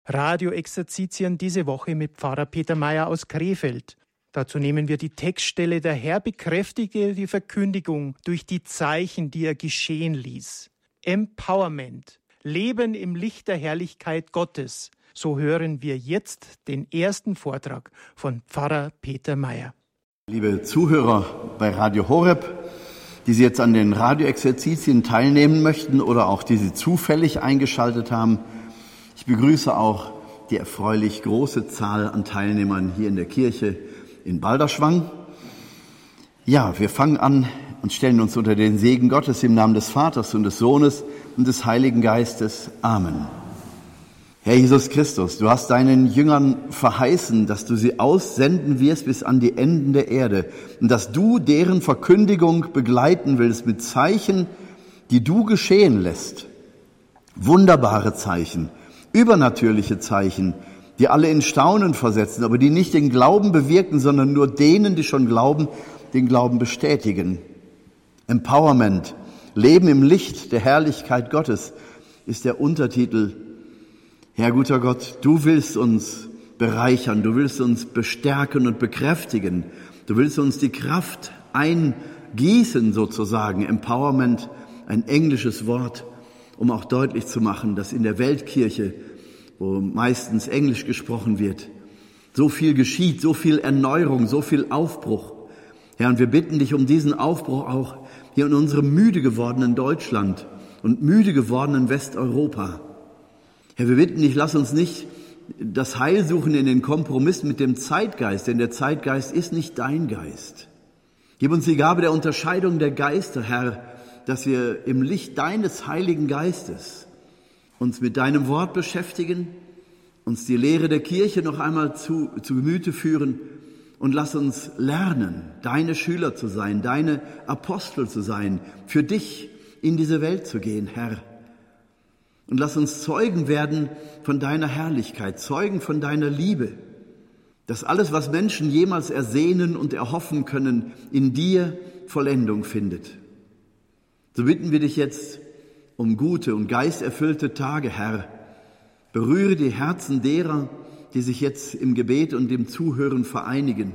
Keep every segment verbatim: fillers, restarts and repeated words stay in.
Radio-Exerzitien diese Woche mit Pfarrer Peter Mayer aus Krefeld. Dazu nehmen wir die Textstelle: Der Herr bekräftige die Verkündigung durch die Zeichen, die er geschehen ließ. Empowerment. Leben im Licht der Herrlichkeit Gottes. So hören wir jetzt den ersten Vortrag von Pfarrer Peter Mayer. Liebe Zuhörer bei Radio Horeb, die Sie jetzt an den Radio-Exerzitien teilnehmen möchten oder auch die Sie zufällig eingeschaltet haben, ich begrüße auch die erfreulich große Zahl an Teilnehmern hier in der Kirche in Balderschwang. Ja, wir fangen an und stellen uns unter den Segen Gottes im Namen des Vaters und des Sohnes und des Heiligen Geistes. Amen. Herr Jesus Christus, du hast deinen Jüngern verheißen, dass du sie aussenden wirst bis an die Enden der Erde und dass du deren Verkündigung begleiten willst mit Zeichen, die du geschehen lässt. Wunderbare Zeichen, übernatürliche Zeichen, die alle in Staunen versetzen, aber die nicht den Glauben bewirken, sondern nur denen, die schon glauben, den Glauben bestätigen. Empowerment, Leben im Licht der Herrlichkeit Gottes, ist der Untertitel. Herr guter Gott, du willst uns bereichern, du willst uns bestärken und bekräftigen, du willst uns die Kraft eingießen sozusagen. Empowerment, ein englisches Wort, um auch deutlich zu machen, dass in der Weltkirche, wo meistens Englisch gesprochen wird, so viel geschieht, so viel Erneuerung, so viel Aufbruch. Herr, und wir bitten dich um diesen Aufbruch auch hier in unserem müde gewordenen Deutschland und müde gewordenen Westeuropa. Herr, wir bitten dich, lass uns nicht das Heil suchen in den Kompromiss mit dem Zeitgeist, denn der Zeitgeist ist nicht dein Geist. Gib uns die Gabe der Unterscheidung der Geister, Herr, dass wir im Licht deines Heiligen Geistes uns mit deinem Wort beschäftigen, uns die Lehre der Kirche noch einmal zu, zu Gemüte führen und lass uns lernen, deine Schüler zu sein, deine Apostel zu sein, für dich in diese Welt zu gehen, Herr. Und lass uns Zeugen werden von deiner Herrlichkeit, Zeugen von deiner Liebe, dass alles, was Menschen jemals ersehnen und erhoffen können, in dir Vollendung findet. So bitten wir dich jetzt um gute und geisterfüllte Tage, Herr. Berühre die Herzen derer, die sich jetzt im Gebet und im Zuhören vereinigen.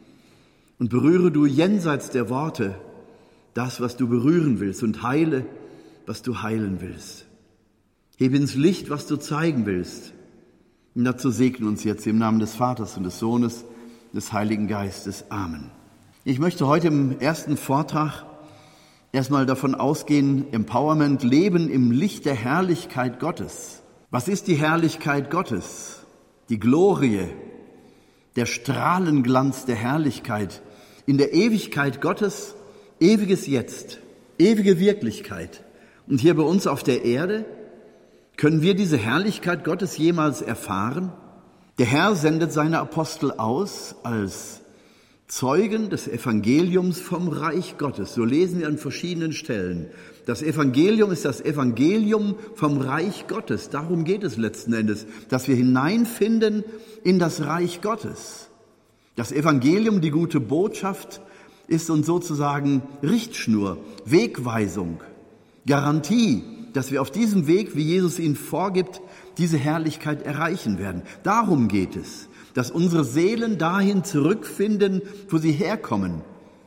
Und berühre du jenseits der Worte das, was du berühren willst, und heile, was du heilen willst. Heb ins Licht, was du zeigen willst. Und dazu segne uns jetzt im Namen des Vaters und des Sohnes, des Heiligen Geistes. Amen. Ich möchte heute im ersten Vortrag erstmal davon ausgehen, Empowerment, Leben im Licht der Herrlichkeit Gottes. Was ist die Herrlichkeit Gottes? Die Glorie, der Strahlenglanz der Herrlichkeit in der Ewigkeit Gottes, ewiges Jetzt, ewige Wirklichkeit. Und hier bei uns auf der Erde können wir diese Herrlichkeit Gottes jemals erfahren? Der Herr sendet seine Apostel aus als Zeugen des Evangeliums vom Reich Gottes. So lesen wir an verschiedenen Stellen. Das Evangelium ist das Evangelium vom Reich Gottes. Darum geht es letzten Endes, dass wir hineinfinden in das Reich Gottes. Das Evangelium, die gute Botschaft, ist uns sozusagen Richtschnur, Wegweisung, Garantie, dass wir auf diesem Weg, wie Jesus ihn vorgibt, diese Herrlichkeit erreichen werden. Darum geht es, dass unsere Seelen dahin zurückfinden, wo sie herkommen.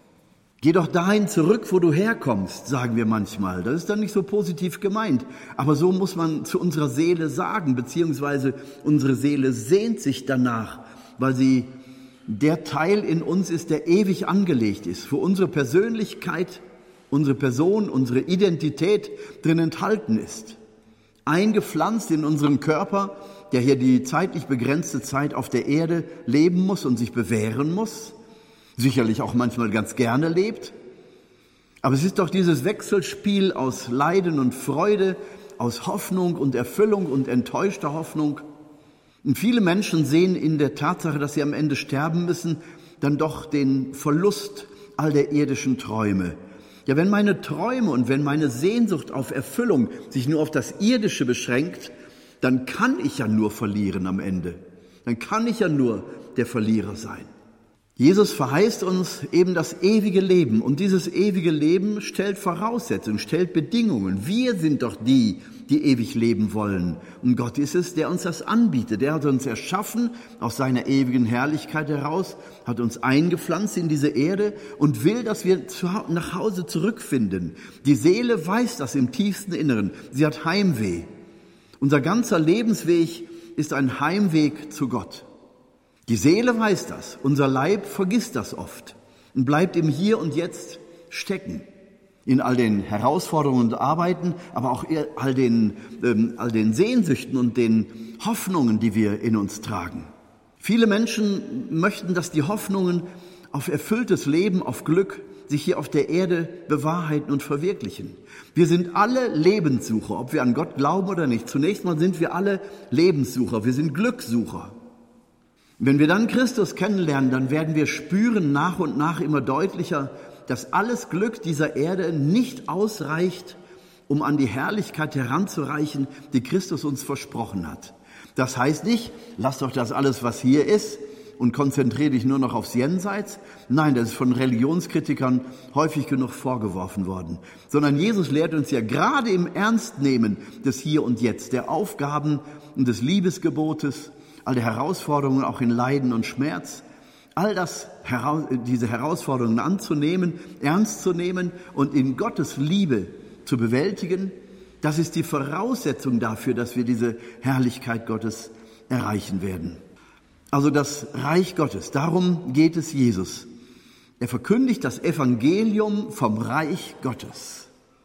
Geh doch dahin zurück, wo du herkommst, sagen wir manchmal. Das ist dann nicht so positiv gemeint. Aber so muss man zu unserer Seele sagen, beziehungsweise unsere Seele sehnt sich danach, weil sie der Teil in uns ist, der ewig angelegt ist, wo unsere Persönlichkeit, unsere Person, unsere Identität drin enthalten ist. Eingepflanzt in unserem Körper, der hier die zeitlich begrenzte Zeit auf der Erde leben muss und sich bewähren muss, sicherlich auch manchmal ganz gerne lebt. Aber es ist doch dieses Wechselspiel aus Leiden und Freude, aus Hoffnung und Erfüllung und enttäuschter Hoffnung. Und viele Menschen sehen in der Tatsache, dass sie am Ende sterben müssen, dann doch den Verlust all der irdischen Träume. Ja, wenn meine Träume und wenn meine Sehnsucht auf Erfüllung sich nur auf das Irdische beschränkt, dann kann ich ja nur verlieren am Ende. Dann kann ich ja nur der Verlierer sein. Jesus verheißt uns eben das ewige Leben und dieses ewige Leben stellt Voraussetzungen, stellt Bedingungen. Wir sind doch die, die ewig leben wollen. Und Gott ist es, der uns das anbietet. Der hat uns erschaffen aus seiner ewigen Herrlichkeit heraus, hat uns eingepflanzt in diese Erde und will, dass wir nach Hause zurückfinden. Die Seele weiß das im tiefsten Inneren. Sie hat Heimweh. Unser ganzer Lebensweg ist ein Heimweg zu Gott. Die Seele weiß das. Unser Leib vergisst das oft und bleibt im Hier und Jetzt stecken. In all den Herausforderungen und Arbeiten, aber auch all den, ähm, all den Sehnsüchten und den Hoffnungen, die wir in uns tragen. Viele Menschen möchten, dass die Hoffnungen auf erfülltes Leben, auf Glück sich hier auf der Erde bewahrheiten und verwirklichen. Wir sind alle Lebenssucher, ob wir an Gott glauben oder nicht. Zunächst mal sind wir alle Lebenssucher, wir sind Glückssucher. Wenn wir dann Christus kennenlernen, dann werden wir spüren nach und nach immer deutlicher, dass alles Glück dieser Erde nicht ausreicht, um an die Herrlichkeit heranzureichen, die Christus uns versprochen hat. Das heißt nicht, lass doch das alles, was hier ist, und konzentriere dich nur noch aufs Jenseits. Nein, das ist von Religionskritikern häufig genug vorgeworfen worden. Sondern Jesus lehrt uns ja gerade im Ernstnehmen des Hier und Jetzt, der Aufgaben und des Liebesgebotes, all der Herausforderungen auch in Leiden und Schmerz, all das, diese Herausforderungen anzunehmen, ernst zu nehmen und in Gottes Liebe zu bewältigen, das ist die Voraussetzung dafür, dass wir diese Herrlichkeit Gottes erreichen werden. Also das Reich Gottes, darum geht es Jesus. Er verkündigt das Evangelium vom Reich Gottes.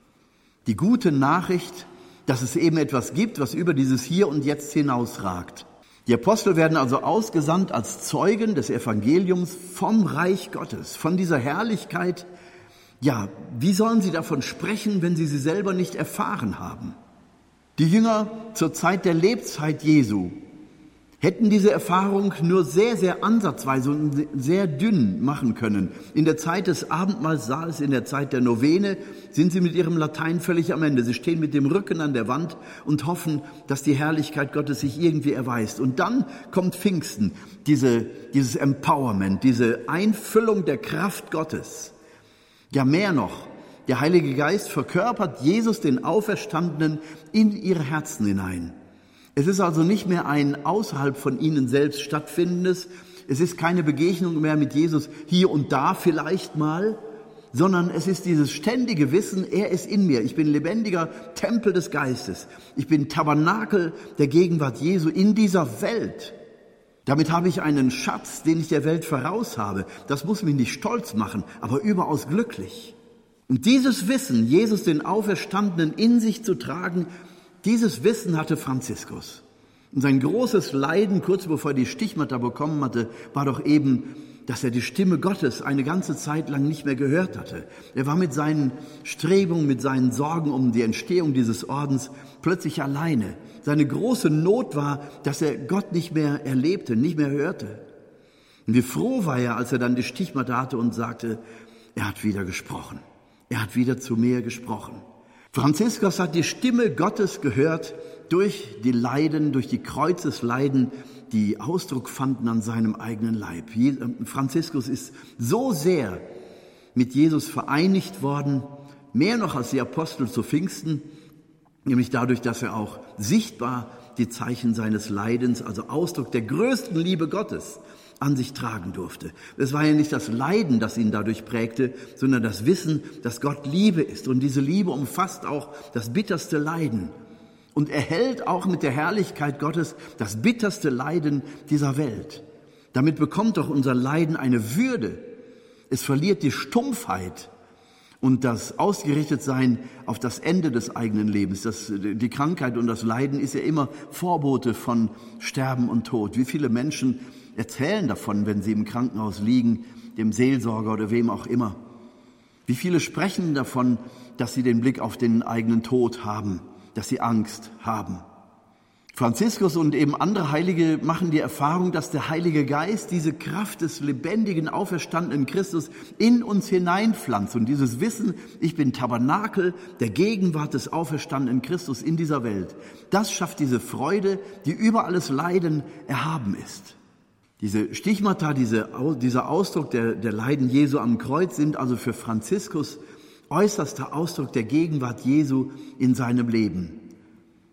Die gute Nachricht, dass es eben etwas gibt, was über dieses Hier und Jetzt hinausragt. Die Apostel werden also ausgesandt als Zeugen des Evangeliums vom Reich Gottes, von dieser Herrlichkeit. Ja, wie sollen sie davon sprechen, wenn sie sie selber nicht erfahren haben? Die Jünger zur Zeit der Lebzeit Jesu hätten diese Erfahrung nur sehr, sehr ansatzweise und sehr dünn machen können. In der Zeit des Abendmahlsaals, in der Zeit der Novene, sind sie mit ihrem Latein völlig am Ende. Sie stehen mit dem Rücken an der Wand und hoffen, dass die Herrlichkeit Gottes sich irgendwie erweist. Und dann kommt Pfingsten, diese, dieses Empowerment, diese Einfüllung der Kraft Gottes. Ja, mehr noch, der Heilige Geist verkörpert Jesus, den Auferstandenen, in ihre Herzen hinein. Es ist also nicht mehr ein außerhalb von ihnen selbst stattfindendes, es ist keine Begegnung mehr mit Jesus hier und da vielleicht mal, sondern es ist dieses ständige Wissen, er ist in mir, ich bin lebendiger Tempel des Geistes, ich bin Tabernakel der Gegenwart Jesu in dieser Welt. Damit habe ich einen Schatz, den ich der Welt voraus habe. Das muss mich nicht stolz machen, aber überaus glücklich. Und dieses Wissen, Jesus den Auferstandenen in sich zu tragen, dieses Wissen hatte Franziskus. Und sein großes Leiden, kurz bevor er die Stigmata bekommen hatte, war doch eben, dass er die Stimme Gottes eine ganze Zeit lang nicht mehr gehört hatte. Er war mit seinen Strebungen, mit seinen Sorgen um die Entstehung dieses Ordens plötzlich alleine. Seine große Not war, dass er Gott nicht mehr erlebte, nicht mehr hörte. Und wie froh war er, als er dann die Stigmata hatte und sagte, er hat wieder gesprochen. Er hat wieder zu mir gesprochen. Franziskus hat die Stimme Gottes gehört durch die Leiden, durch die Kreuzesleiden, die Ausdruck fanden an seinem eigenen Leib. Franziskus ist so sehr mit Jesus vereinigt worden, mehr noch als die Apostel zu Pfingsten, nämlich dadurch, dass er auch sichtbar die Zeichen seines Leidens, also Ausdruck der größten Liebe Gottes, an sich tragen durfte. Es war ja nicht das Leiden, das ihn dadurch prägte, sondern das Wissen, dass Gott Liebe ist. Und diese Liebe umfasst auch das bitterste Leiden und erhält auch mit der Herrlichkeit Gottes das bitterste Leiden dieser Welt. Damit bekommt doch unser Leiden eine Würde. Es verliert die Stumpfheit und das Ausgerichtetsein auf das Ende des eigenen Lebens. Das, die Krankheit und das Leiden ist ja immer Vorbote von Sterben und Tod. Wie viele Menschen erzählen davon, wenn sie im Krankenhaus liegen, dem Seelsorger oder wem auch immer. Wie viele sprechen davon, dass sie den Blick auf den eigenen Tod haben, dass sie Angst haben. Franziskus und eben andere Heilige machen die Erfahrung, dass der Heilige Geist diese Kraft des lebendigen, auferstandenen Christus in uns hineinpflanzt. Und dieses Wissen, ich bin Tabernakel der Gegenwart des auferstandenen Christus in dieser Welt, das schafft diese Freude, die über alles Leiden erhaben ist. Diese Stigmata, diese, dieser Ausdruck der, der Leiden Jesu am Kreuz sind also für Franziskus äußerster Ausdruck der Gegenwart Jesu in seinem Leben.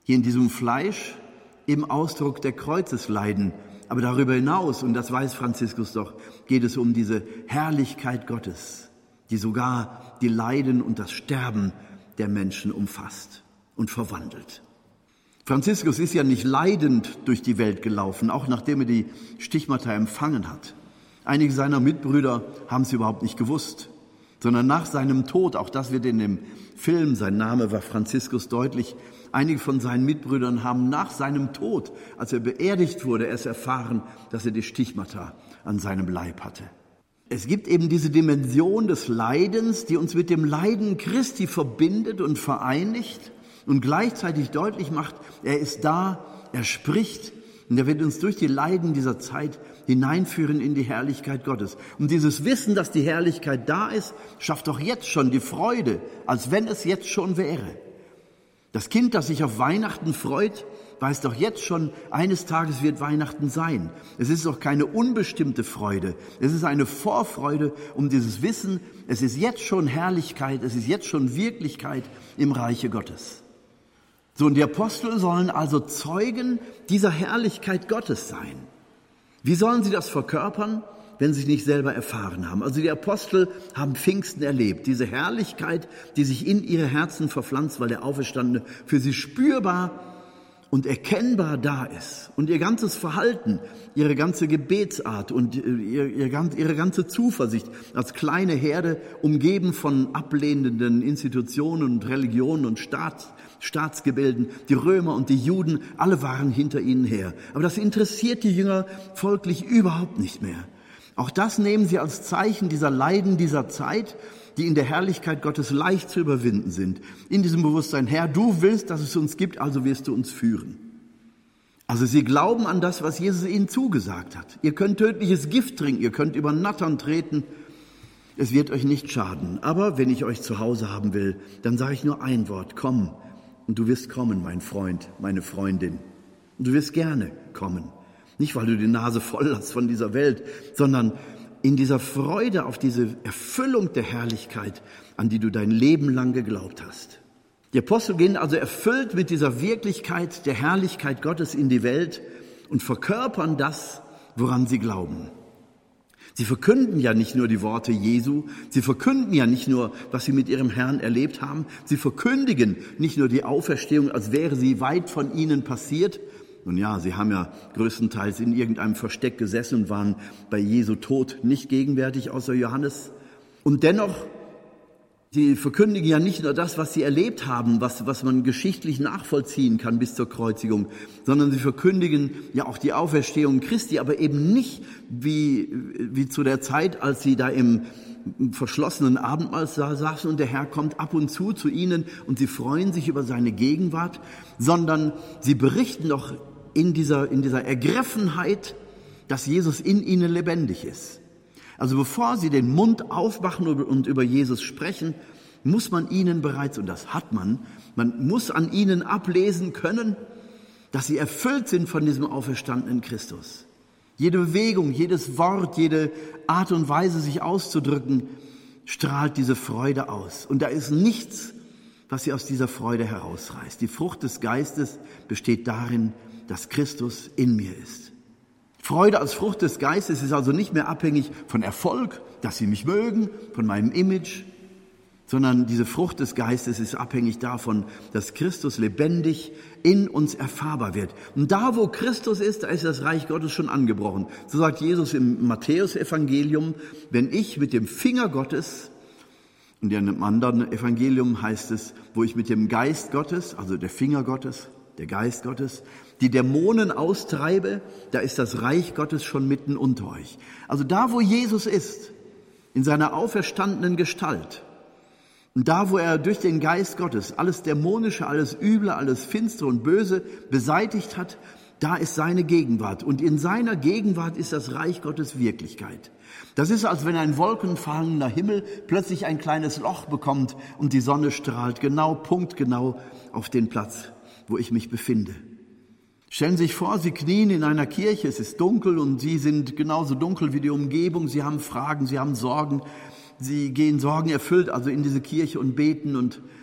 Hier in diesem Fleisch im Ausdruck der Kreuzesleiden. Aber darüber hinaus, und das weiß Franziskus doch, geht es um diese Herrlichkeit Gottes, die sogar die Leiden und das Sterben der Menschen umfasst und verwandelt. Franziskus ist ja nicht leidend durch die Welt gelaufen, auch nachdem er die Stigmata empfangen hat. Einige seiner Mitbrüder haben es überhaupt nicht gewusst, sondern nach seinem Tod, auch das wird in dem Film, sein Name war Franziskus deutlich, einige von seinen Mitbrüdern haben nach seinem Tod, als er beerdigt wurde, erst erfahren, dass er die Stigmata an seinem Leib hatte. Es gibt eben diese Dimension des Leidens, die uns mit dem Leiden Christi verbindet und vereinigt und gleichzeitig deutlich macht, er ist da, er spricht und er wird uns durch die Leiden dieser Zeit hineinführen in die Herrlichkeit Gottes. Und dieses Wissen, dass die Herrlichkeit da ist, schafft doch jetzt schon die Freude, als wenn es jetzt schon wäre. Das Kind, das sich auf Weihnachten freut, weiß doch jetzt schon, eines Tages wird Weihnachten sein. Es ist doch keine unbestimmte Freude. Es ist eine Vorfreude um dieses Wissen, es ist jetzt schon Herrlichkeit, es ist jetzt schon Wirklichkeit im Reiche Gottes. So, und die Apostel sollen also Zeugen dieser Herrlichkeit Gottes sein. Wie sollen sie das verkörpern, wenn sie es nicht selber erfahren haben? Also die Apostel haben Pfingsten erlebt, diese Herrlichkeit, die sich in ihre Herzen verpflanzt, weil der Auferstandene für sie spürbar und erkennbar da ist. Und ihr ganzes Verhalten, ihre ganze Gebetsart und ihr, ihr, ihre ganze Zuversicht als kleine Herde, umgeben von ablehnenden Institutionen und Religionen und Staats, Staatsgebilden, die Römer und die Juden, alle waren hinter ihnen her. Aber das interessiert die Jünger folglich überhaupt nicht mehr. Auch das nehmen sie als Zeichen dieser Leiden dieser Zeit, die in der Herrlichkeit Gottes leicht zu überwinden sind. In diesem Bewusstsein, Herr, du willst, dass es uns gibt, also wirst du uns führen. Also sie glauben an das, was Jesus ihnen zugesagt hat. Ihr könnt tödliches Gift trinken, ihr könnt über Nattern treten, es wird euch nicht schaden. Aber wenn ich euch zu Hause haben will, dann sage ich nur ein Wort, komm. Und du wirst kommen, mein Freund, meine Freundin. Und du wirst gerne kommen. Nicht, weil du die Nase voll hast von dieser Welt, sondern in dieser Freude auf diese Erfüllung der Herrlichkeit, an die du dein Leben lang geglaubt hast. Die Apostel gehen also erfüllt mit dieser Wirklichkeit der Herrlichkeit Gottes in die Welt und verkörpern das, woran sie glauben. Sie verkünden ja nicht nur die Worte Jesu, sie verkünden ja nicht nur, was sie mit ihrem Herrn erlebt haben, sie verkündigen nicht nur die Auferstehung, als wäre sie weit von ihnen passiert. Nun ja, sie haben ja größtenteils in irgendeinem Versteck gesessen und waren bei Jesu Tod nicht gegenwärtig, außer Johannes. Und dennoch, sie verkündigen ja nicht nur das, was sie erlebt haben, was, was man geschichtlich nachvollziehen kann bis zur Kreuzigung, sondern sie verkündigen ja auch die Auferstehung Christi, aber eben nicht wie, wie zu der Zeit, als sie da im verschlossenen Abendmahlsaal saßen und der Herr kommt ab und zu zu ihnen und sie freuen sich über seine Gegenwart, sondern sie berichten doch in dieser, in dieser Ergriffenheit, dass Jesus in ihnen lebendig ist. Also bevor sie den Mund aufmachen und über Jesus sprechen, muss man ihnen bereits, und das hat man, man muss an ihnen ablesen können, dass sie erfüllt sind von diesem auferstandenen Christus. Jede Bewegung, jedes Wort, jede Art und Weise, sich auszudrücken, strahlt diese Freude aus. Und da ist nichts, was sie aus dieser Freude herausreißt. Die Frucht des Geistes besteht darin, dass Christus in mir ist. Freude als Frucht des Geistes ist also nicht mehr abhängig von Erfolg, dass sie mich mögen, von meinem Image, sondern diese Frucht des Geistes ist abhängig davon, dass Christus lebendig in uns erfahrbar wird. Und da, wo Christus ist, da ist das Reich Gottes schon angebrochen. So sagt Jesus im Matthäus-Evangelium, wenn ich mit dem Finger Gottes, und in einem anderen Evangelium heißt es, wo ich mit dem Geist Gottes, also der Finger Gottes, der Geist Gottes, die Dämonen austreibe, da ist das Reich Gottes schon mitten unter euch. Also da, wo Jesus ist, in seiner auferstandenen Gestalt, und da, wo er durch den Geist Gottes alles Dämonische, alles Üble, alles Finstere und Böse beseitigt hat, da ist seine Gegenwart. Und in seiner Gegenwart ist das Reich Gottes Wirklichkeit. Das ist, als wenn ein wolkenverhangener Himmel plötzlich ein kleines Loch bekommt und die Sonne strahlt genau, punktgenau auf den Platz, wo ich mich befinde. Stellen Sie sich vor, Sie knien in einer Kirche, es ist dunkel und Sie sind genauso dunkel wie die Umgebung, Sie haben Fragen, Sie haben Sorgen, Sie gehen sorgenerfüllt also in diese Kirche und beten und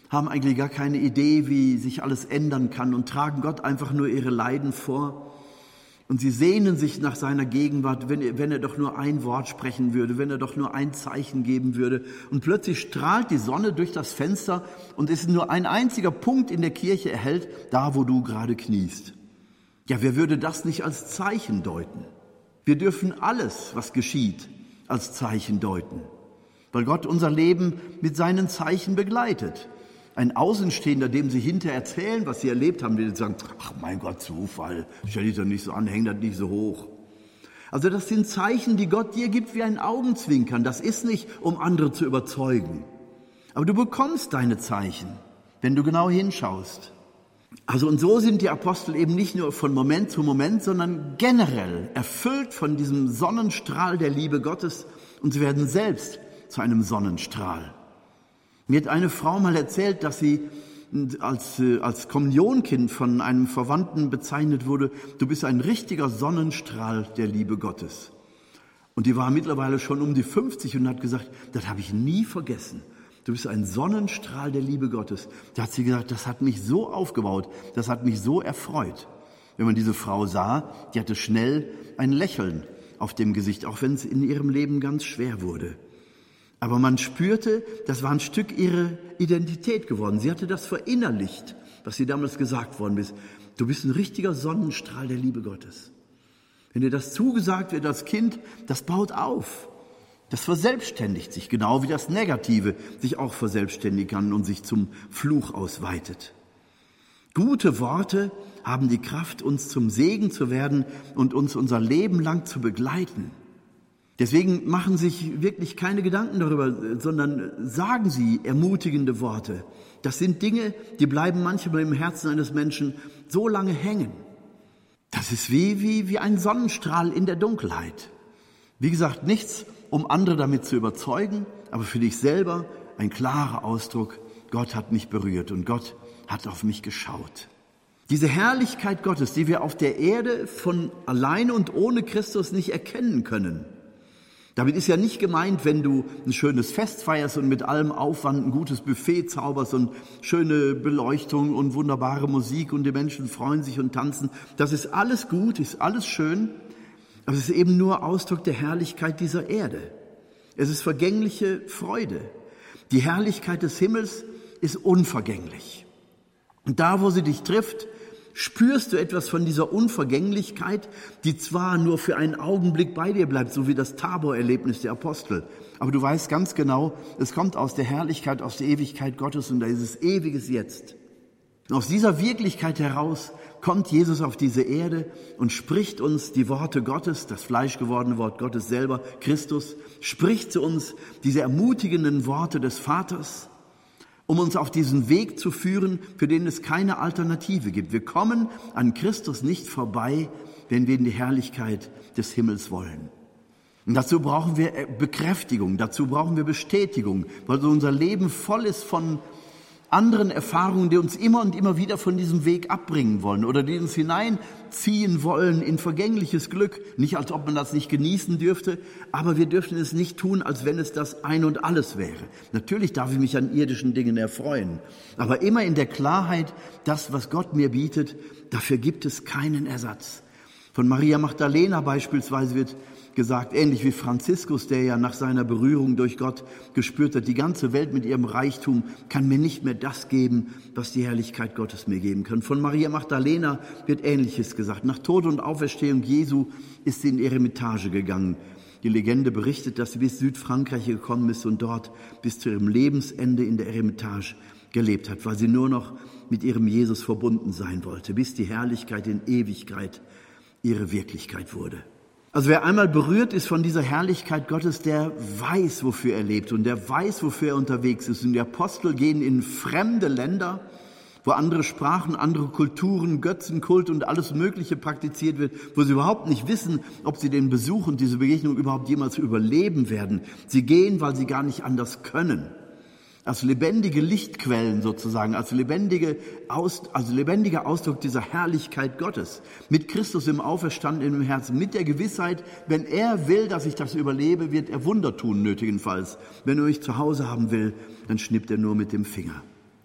haben eigentlich gar keine Idee, wie sich alles ändern kann und tragen Gott einfach nur ihre Leiden vor. Und sie sehnen sich nach seiner Gegenwart, wenn er, wenn er doch nur ein Wort sprechen würde, wenn er doch nur ein Zeichen geben würde. Und plötzlich strahlt die Sonne durch das Fenster und es ist nur ein einziger Punkt in der Kirche erhellt, da wo du gerade kniest. Ja, wer würde das nicht als Zeichen deuten? Wir dürfen alles, was geschieht, als Zeichen deuten, weil Gott unser Leben mit seinen Zeichen begleitet. Ein Außenstehender, dem Sie hinterher erzählen, was Sie erlebt haben, wird sagen, ach mein Gott, Zufall, stell dich doch nicht so an, häng das nicht so hoch. Also das sind Zeichen, die Gott dir gibt wie ein Augenzwinkern. Das ist nicht, um andere zu überzeugen. Aber du bekommst deine Zeichen, wenn du genau hinschaust. Also und so sind die Apostel eben nicht nur von Moment zu Moment, sondern generell erfüllt von diesem Sonnenstrahl der Liebe Gottes und sie werden selbst zu einem Sonnenstrahl. Mir hat eine Frau mal erzählt, dass sie als, als Kommunionkind von einem Verwandten bezeichnet wurde, du bist ein richtiger Sonnenstrahl der Liebe Gottes. Und die war mittlerweile schon um die fünfzig und hat gesagt, das habe ich nie vergessen. Du bist ein Sonnenstrahl der Liebe Gottes. Da hat sie gesagt, das hat mich so aufgebaut, das hat mich so erfreut. Wenn man diese Frau sah, die hatte schnell ein Lächeln auf dem Gesicht, auch wenn es in ihrem Leben ganz schwer wurde. Aber man spürte, das war ein Stück ihrer Identität geworden. Sie hatte das verinnerlicht, was sie damals gesagt worden ist. Du bist ein richtiger Sonnenstrahl der Liebe Gottes. Wenn dir das zugesagt wird als Kind, das baut auf. Das verselbstständigt sich, genau wie das Negative sich auch verselbstständigen kann und sich zum Fluch ausweitet. Gute Worte haben die Kraft, uns zum Segen zu werden und uns unser Leben lang zu begleiten. Deswegen machen sich wirklich keine Gedanken darüber, sondern sagen Sie ermutigende Worte. Das sind Dinge, die bleiben manchmal im Herzen eines Menschen so lange hängen. Das ist wie, wie, wie ein Sonnenstrahl in der Dunkelheit. Wie gesagt, nichts, um andere damit zu überzeugen, aber für dich selber ein klarer Ausdruck, Gott hat mich berührt und Gott hat auf mich geschaut. Diese Herrlichkeit Gottes, die wir auf der Erde von alleine und ohne Christus nicht erkennen können. Damit ist ja nicht gemeint, wenn du ein schönes Fest feierst und mit allem Aufwand ein gutes Buffet zauberst und schöne Beleuchtung und wunderbare Musik und die Menschen freuen sich und tanzen. Das ist alles gut, ist alles schön, aber es ist eben nur Ausdruck der Herrlichkeit dieser Erde. Es ist vergängliche Freude. Die Herrlichkeit des Himmels ist unvergänglich. Und da, wo sie dich trifft, spürst du etwas von dieser Unvergänglichkeit, die zwar nur für einen Augenblick bei dir bleibt, so wie das Tabor-Erlebnis der Apostel. Aber du weißt ganz genau, es kommt aus der Herrlichkeit, aus der Ewigkeit Gottes und da ist es ewiges Jetzt. Und aus dieser Wirklichkeit heraus kommt Jesus auf diese Erde und spricht uns die Worte Gottes, das fleischgewordene Wort Gottes selber, Christus, spricht zu uns diese ermutigenden Worte des Vaters, um uns auf diesen Weg zu führen, für den es keine Alternative gibt. Wir kommen an Christus nicht vorbei, wenn wir in die Herrlichkeit des Himmels wollen. Und dazu brauchen wir Bekräftigung, dazu brauchen wir Bestätigung, weil so unser Leben voll ist von anderen Erfahrungen, die uns immer und immer wieder von diesem Weg abbringen wollen oder die uns hineinziehen wollen in vergängliches Glück. Nicht, als ob man das nicht genießen dürfte, aber wir dürfen es nicht tun, als wenn es das Ein und Alles wäre. Natürlich darf ich mich an irdischen Dingen erfreuen, aber immer in der Klarheit, das, was Gott mir bietet, dafür gibt es keinen Ersatz. Von Maria Magdalena beispielsweise wird gesagt, ähnlich wie Franziskus, der ja nach seiner Berührung durch Gott gespürt hat, die ganze Welt mit ihrem Reichtum kann mir nicht mehr das geben, was die Herrlichkeit Gottes mir geben kann. Von Maria Magdalena wird Ähnliches gesagt. Nach Tod und Auferstehung Jesu ist sie in die Eremitage gegangen. Die Legende berichtet, dass sie bis Südfrankreich gekommen ist und dort bis zu ihrem Lebensende in der Eremitage gelebt hat, weil sie nur noch mit ihrem Jesus verbunden sein wollte, bis die Herrlichkeit in Ewigkeit ihre Wirklichkeit wurde. Also wer einmal berührt ist von dieser Herrlichkeit Gottes, der weiß, wofür er lebt und der weiß, wofür er unterwegs ist. Und die Apostel gehen in fremde Länder, wo andere Sprachen, andere Kulturen, Götzenkult und alles Mögliche praktiziert wird, wo sie überhaupt nicht wissen, ob sie den Besuch und diese Begegnung überhaupt jemals überleben werden. Sie gehen, weil sie gar nicht anders können. Als lebendige Lichtquellen sozusagen, als lebendige Aus, also lebendiger Ausdruck dieser Herrlichkeit Gottes. Mit Christus im Auferstanden im Herzen, mit der Gewissheit, wenn er will, dass ich das überlebe, wird er Wunder tun, nötigenfalls. Wenn er mich zu Hause haben will, dann schnippt er nur mit dem Finger.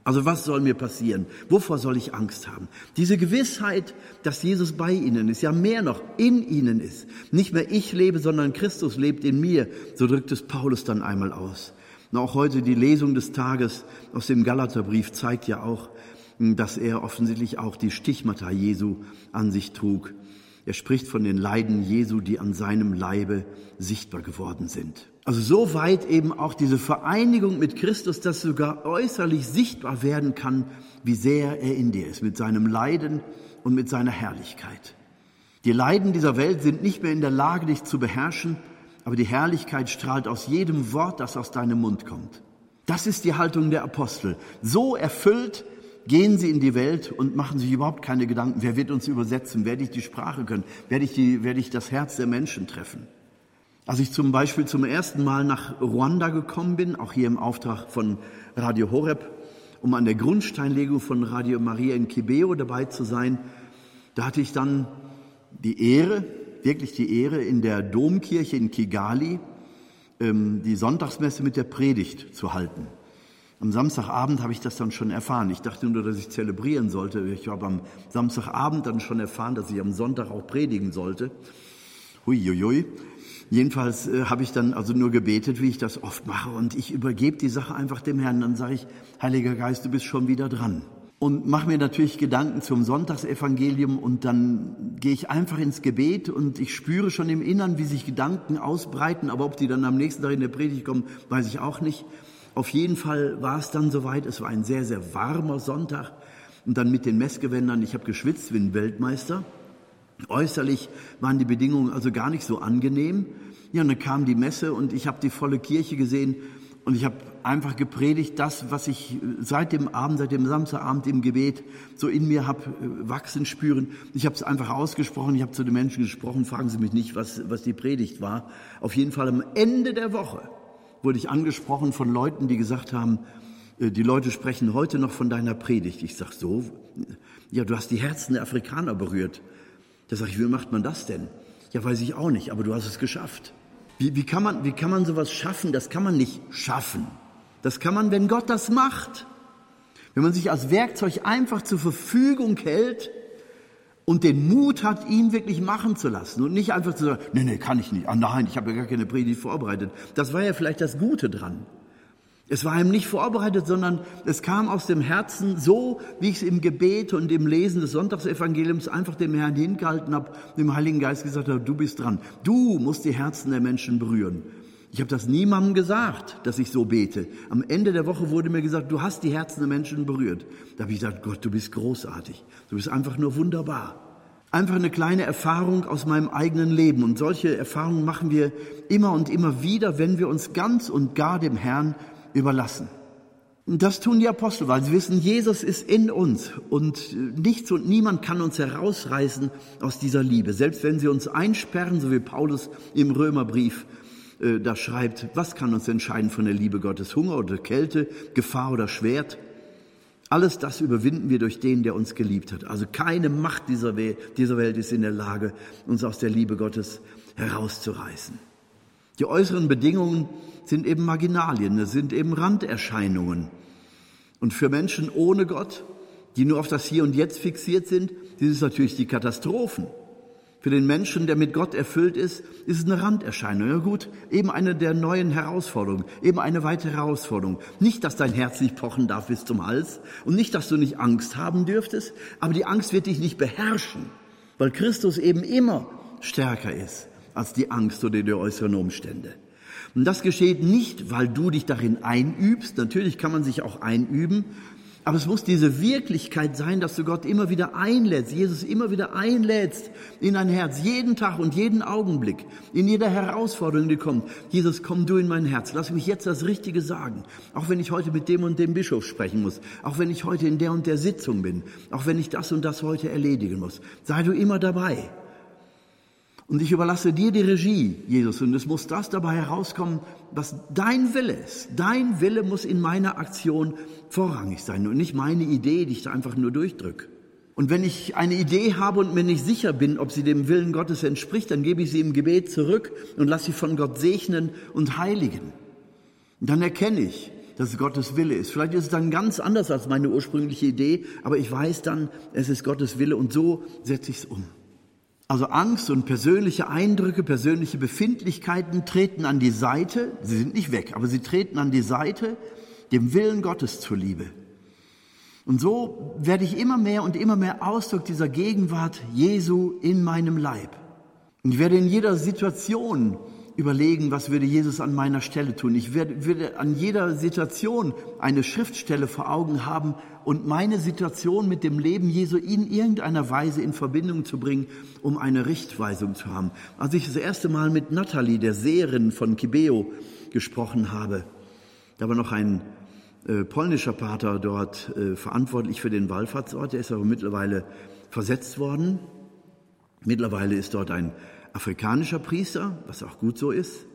Also was soll mir passieren? Wovor soll ich Angst haben? Diese Gewissheit, dass Jesus bei ihnen ist, ja mehr noch, in ihnen ist. Nicht mehr ich lebe, sondern Christus lebt in mir. So drückt es Paulus dann einmal aus. Und auch heute die Lesung des Tages aus dem Galaterbrief zeigt ja auch, dass er offensichtlich auch die Stichmata Jesu an sich trug. Er spricht von den Leiden Jesu, die an seinem Leibe sichtbar geworden sind. Also so weit eben auch diese Vereinigung mit Christus, dass sogar äußerlich sichtbar werden kann, wie sehr er in dir ist, mit seinem Leiden und mit seiner Herrlichkeit. Die Leiden dieser Welt sind nicht mehr in der Lage, dich zu beherrschen, aber die Herrlichkeit strahlt aus jedem Wort, das aus deinem Mund kommt. Das ist die Haltung der Apostel. So erfüllt gehen sie in die Welt und machen sich überhaupt keine Gedanken, wer wird uns übersetzen, werde ich die Sprache können, werde ich, die, werde ich das Herz der Menschen treffen. Als ich zum Beispiel zum ersten Mal nach Ruanda gekommen bin, auch hier im Auftrag von Radio Horeb, um an der Grundsteinlegung von Radio Maria in Kibeho dabei zu sein, da hatte ich dann die Ehre, wirklich die Ehre, in der Domkirche in Kigali ähm, die Sonntagsmesse mit der Predigt zu halten. Am Samstagabend habe ich das dann schon erfahren. Ich dachte nur, dass ich zelebrieren sollte. Ich habe am Samstagabend dann schon erfahren, dass ich am Sonntag auch predigen sollte. Huiuiui. Jedenfalls äh, habe ich dann also nur gebetet, wie ich das oft mache. Und ich übergebe die Sache einfach dem Herrn. Dann sage ich, Heiliger Geist, du bist schon wieder dran. Und mache mir natürlich Gedanken zum Sonntagsevangelium. Und dann gehe ich einfach ins Gebet und ich spüre schon im Innern, wie sich Gedanken ausbreiten. Aber ob die dann am nächsten Tag in der Predigt kommen, weiß ich auch nicht. Auf jeden Fall war es dann soweit. Es war ein sehr, sehr warmer Sonntag. Und dann mit den Messgewändern. Ich habe geschwitzt wie ein Weltmeister. Äußerlich waren die Bedingungen also gar nicht so angenehm. Ja, und dann kam die Messe und ich habe die volle Kirche gesehen und ich habe einfach gepredigt, das, was ich seit dem Abend, seit dem Samstagabend im Gebet so in mir habe wachsen spüren. Ich habe es einfach ausgesprochen, ich habe zu den Menschen gesprochen, fragen Sie mich nicht, was, was die Predigt war. Auf jeden Fall am Ende der Woche wurde ich angesprochen von Leuten, die gesagt haben, die Leute sprechen heute noch von deiner Predigt. Ich sage so, ja, du hast die Herzen der Afrikaner berührt. Da sage ich, wie macht man das denn? Ja, weiß ich auch nicht, aber du hast es geschafft. Wie, wie, kann man, wie kann man sowas schaffen? Das kann man nicht schaffen. Das kann man, wenn Gott das macht. Wenn man sich als Werkzeug einfach zur Verfügung hält und den Mut hat, ihn wirklich machen zu lassen und nicht einfach zu sagen, nee, nee, kann ich nicht. Ah nein, ich habe ja gar keine Predigt vorbereitet. Das war ja vielleicht das Gute dran. Es war ihm nicht vorbereitet, sondern es kam aus dem Herzen so, wie ich es im Gebet und im Lesen des Sonntagsevangeliums einfach dem Herrn hingehalten habe, dem Heiligen Geist gesagt habe, du bist dran. Du musst die Herzen der Menschen berühren. Ich habe das niemandem gesagt, dass ich so bete. Am Ende der Woche wurde mir gesagt, du hast die Herzen der Menschen berührt. Da habe ich gesagt, Gott, du bist großartig. Du bist einfach nur wunderbar. Einfach eine kleine Erfahrung aus meinem eigenen Leben. Und solche Erfahrungen machen wir immer und immer wieder, wenn wir uns ganz und gar dem Herrn überlassen. Und das tun die Apostel, weil sie wissen, Jesus ist in uns und nichts und niemand kann uns herausreißen aus dieser Liebe. Selbst wenn sie uns einsperren, so wie Paulus im Römerbrief äh, da schreibt, was kann uns entscheiden von der Liebe Gottes? Hunger oder Kälte, Gefahr oder Schwert? Alles das überwinden wir durch den, der uns geliebt hat. Also keine Macht dieser, We- dieser Welt ist in der Lage, uns aus der Liebe Gottes herauszureißen. Die äußeren Bedingungen sind eben Marginalien, das sind eben Randerscheinungen. Und für Menschen ohne Gott, die nur auf das Hier und Jetzt fixiert sind, das ist natürlich die Katastrophen. Für den Menschen, der mit Gott erfüllt ist, ist es eine Randerscheinung. Ja gut, eben eine der neuen Herausforderungen, eben eine weitere Herausforderung. Nicht, dass dein Herz nicht pochen darf bis zum Hals und nicht, dass du nicht Angst haben dürftest, aber die Angst wird dich nicht beherrschen, weil Christus eben immer stärker ist als die Angst oder die äußeren Umstände. Und das geschieht nicht, weil du dich darin einübst. Natürlich kann man sich auch einüben, aber es muss diese Wirklichkeit sein, dass du Gott immer wieder einlädst, Jesus immer wieder einlädst in dein Herz, jeden Tag und jeden Augenblick, in jeder Herausforderung, die kommt. Jesus, komm du in mein Herz, lass mich jetzt das Richtige sagen, auch wenn ich heute mit dem und dem Bischof sprechen muss, auch wenn ich heute in der und der Sitzung bin, auch wenn ich das und das heute erledigen muss. Sei du immer dabei. Und ich überlasse dir die Regie, Jesus, und es muss das dabei herauskommen, was dein Wille ist. Dein Wille muss in meiner Aktion vorrangig sein und nicht meine Idee, die ich da einfach nur durchdrücke. Und wenn ich eine Idee habe und mir nicht sicher bin, ob sie dem Willen Gottes entspricht, dann gebe ich sie im Gebet zurück und lasse sie von Gott segnen und heiligen. Und dann erkenne ich, dass es Gottes Wille ist. Vielleicht ist es dann ganz anders als meine ursprüngliche Idee, aber ich weiß dann, es ist Gottes Wille und so setze ich es um. Also Angst und persönliche Eindrücke, persönliche Befindlichkeiten treten an die Seite. Sie sind nicht weg, aber sie treten an die Seite, dem Willen Gottes zuliebe. Und so werde ich immer mehr und immer mehr Ausdruck dieser Gegenwart Jesu in meinem Leib. Und ich werde in jeder Situation überlegen, was würde Jesus an meiner Stelle tun. Ich werde, würde an jeder Situation eine Schriftstelle vor Augen haben und meine Situation mit dem Leben Jesu in irgendeiner Weise in Verbindung zu bringen, um eine Richtweisung zu haben. Als ich das erste Mal mit Natalie, der Seherin von Kibeo, gesprochen habe, da war noch ein äh, polnischer Pater dort äh, verantwortlich für den Wallfahrtsort, der ist aber mittlerweile versetzt worden. Mittlerweile ist dort ein afrikanischer Priester, was auch gut so ist.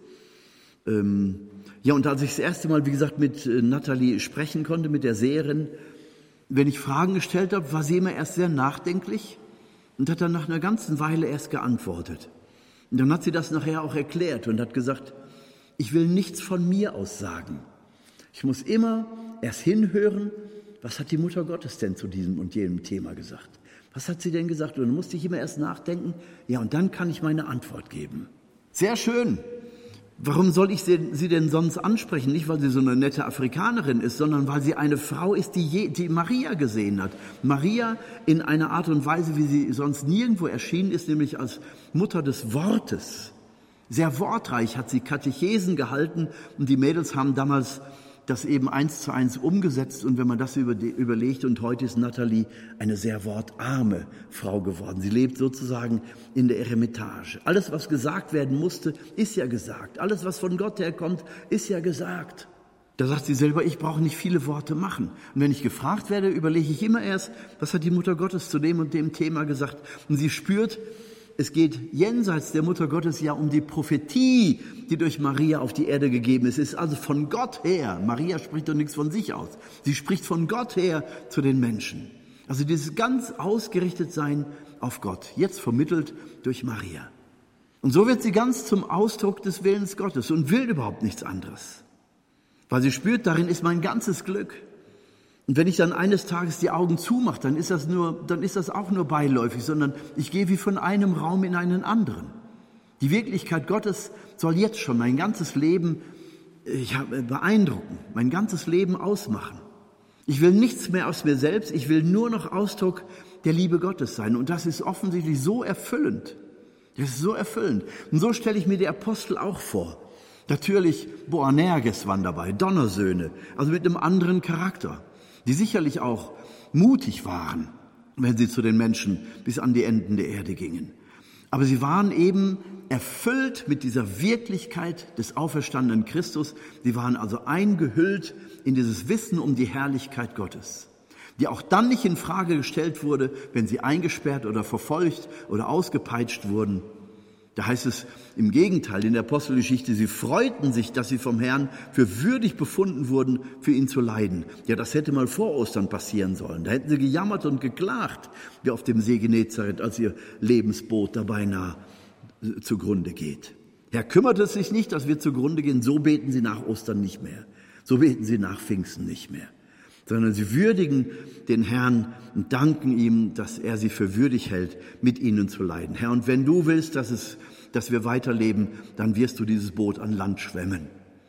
Ähm, ja, und als ich das erste Mal, wie gesagt, mit äh, Natalie sprechen konnte, mit der Seherin, wenn ich Fragen gestellt habe, war sie immer erst sehr nachdenklich und hat dann nach einer ganzen Weile erst geantwortet. Und dann hat sie das nachher auch erklärt und hat gesagt, ich will nichts von mir aus sagen. Ich muss immer erst hinhören, was hat die Mutter Gottes denn zu diesem und jenem Thema gesagt? Was hat sie denn gesagt? Und dann musste ich immer erst nachdenken. Ja, und dann kann ich meine Antwort geben. Sehr schön. Warum soll ich sie, sie denn sonst ansprechen? Nicht, weil sie so eine nette Afrikanerin ist, sondern weil sie eine Frau ist, die, je, die Maria gesehen hat. Maria in einer Art und Weise, wie sie sonst nirgendwo erschienen ist, nämlich als Mutter des Wortes. Sehr wortreich hat sie Katechesen gehalten und die Mädels haben damals das eben eins zu eins umgesetzt. Und wenn man das über, überlegt, und heute ist Natalie eine sehr wortarme Frau geworden. Sie lebt sozusagen in der Eremitage. Alles, was gesagt werden musste, ist ja gesagt. Alles, was von Gott herkommt, ist ja gesagt. Da sagt sie selber, ich brauche nicht viele Worte machen. Und wenn ich gefragt werde, überlege ich immer erst, was hat die Mutter Gottes zu dem und dem Thema gesagt. Und sie spürt, es geht jenseits der Mutter Gottes ja um die Prophetie, die durch Maria auf die Erde gegeben ist. Es ist also von Gott her. Maria spricht doch nichts von sich aus. Sie spricht von Gott her zu den Menschen. Also dieses ganz ausgerichtet sein auf Gott, jetzt vermittelt durch Maria. Und so wird sie ganz zum Ausdruck des Willens Gottes und will überhaupt nichts anderes. Weil sie spürt, darin ist mein ganzes Glück. Und wenn ich dann eines Tages die Augen zumache, dann ist das nur, dann ist das auch nur beiläufig, sondern ich gehe wie von einem Raum in einen anderen. Die Wirklichkeit Gottes soll jetzt schon mein ganzes Leben ich habe, beeindrucken, mein ganzes Leben ausmachen. Ich will nichts mehr aus mir selbst, ich will nur noch Ausdruck der Liebe Gottes sein. Und das ist offensichtlich so erfüllend. Das ist so erfüllend. Und so stelle ich mir die Apostel auch vor. Natürlich, Boanerges waren dabei, Donnersöhne, also mit einem anderen Charakter, die sicherlich auch mutig waren, wenn sie zu den Menschen bis an die Enden der Erde gingen. Aber sie waren eben erfüllt mit dieser Wirklichkeit des auferstandenen Christus. Sie waren also eingehüllt in dieses Wissen um die Herrlichkeit Gottes, die auch dann nicht in Frage gestellt wurde, wenn sie eingesperrt oder verfolgt oder ausgepeitscht wurden. Da heißt es im Gegenteil in der Apostelgeschichte, sie freuten sich, dass sie vom Herrn für würdig befunden wurden, für ihn zu leiden. Ja, das hätte mal vor Ostern passieren sollen. Da hätten sie gejammert und geklagt, wie auf dem See Genezareth, als ihr Lebensboot da beinahe zugrunde geht. Herr, kümmert es sich nicht, dass wir zugrunde gehen, so beten sie nach Ostern nicht mehr. So beten sie nach Pfingsten nicht mehr. Sondern sie würdigen den Herrn und danken ihm, dass er sie für würdig hält, mit ihnen zu leiden. Herr, und wenn du willst, dass es, dass wir weiterleben, dann wirst du dieses Boot an Land schwemmen.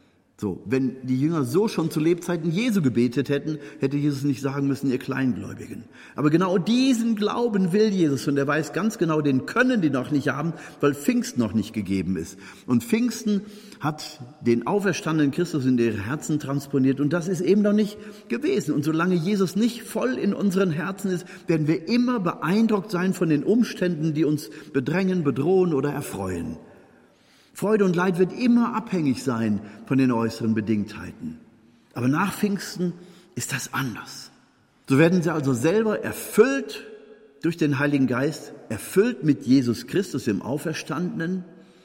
So, wenn die Jünger so schon zu Lebzeiten Jesu gebetet hätten, hätte Jesus nicht sagen müssen, ihr Kleingläubigen. Aber genau diesen Glauben will Jesus und er weiß ganz genau, den können die noch nicht haben, weil Pfingsten noch nicht gegeben ist. Und Pfingsten hat den auferstandenen Christus in ihre Herzen transponiert und das ist eben noch nicht gewesen. Und solange Jesus nicht voll in unseren Herzen ist, werden wir immer beeindruckt sein von den Umständen, die uns bedrängen, bedrohen oder erfreuen. Freude und Leid wird immer abhängig sein von den äußeren Bedingtheiten. Aber nach Pfingsten ist das anders. So werden sie also selber erfüllt durch den Heiligen Geist, erfüllt mit Jesus Christus, dem Auferstandenen,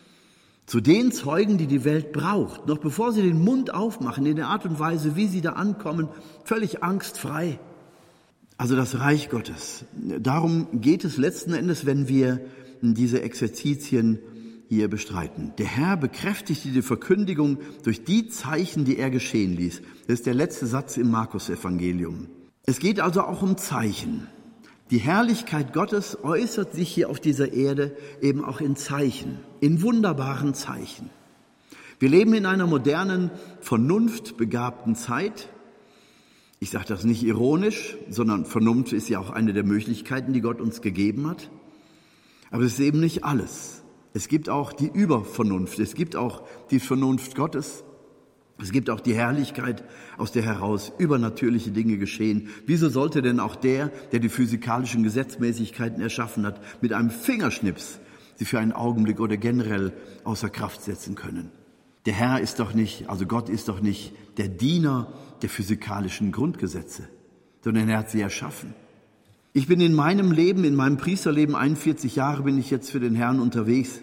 zu den Zeugen, die die Welt braucht. Noch bevor sie den Mund aufmachen, in der Art und Weise, wie sie da ankommen, völlig angstfrei. Also das Reich Gottes. Darum geht es letzten Endes, wenn wir diese Exerzitien hier bestreiten. Der Herr bekräftigte die Verkündigung durch die Zeichen, die er geschehen ließ. Das ist der letzte Satz im Markus-Evangelium. Es geht also auch um Zeichen. Die Herrlichkeit Gottes äußert sich hier auf dieser Erde eben auch in Zeichen, in wunderbaren Zeichen. Wir leben in einer modernen, vernunftbegabten Zeit. Ich sage das nicht ironisch, sondern Vernunft ist ja auch eine der Möglichkeiten, die Gott uns gegeben hat. Aber es ist eben nicht alles. Es gibt auch die Übervernunft, es gibt auch die Vernunft Gottes. Es gibt auch die Herrlichkeit, aus der heraus übernatürliche Dinge geschehen. Wieso sollte denn auch der, der die physikalischen Gesetzmäßigkeiten erschaffen hat, mit einem Fingerschnips sie für einen Augenblick oder generell außer Kraft setzen können? Der Herr ist doch nicht, also Gott ist doch nicht der Diener der physikalischen Grundgesetze, sondern er hat sie erschaffen. Ich bin in meinem Leben, in meinem Priesterleben, einundvierzig Jahre bin ich jetzt für den Herrn unterwegs.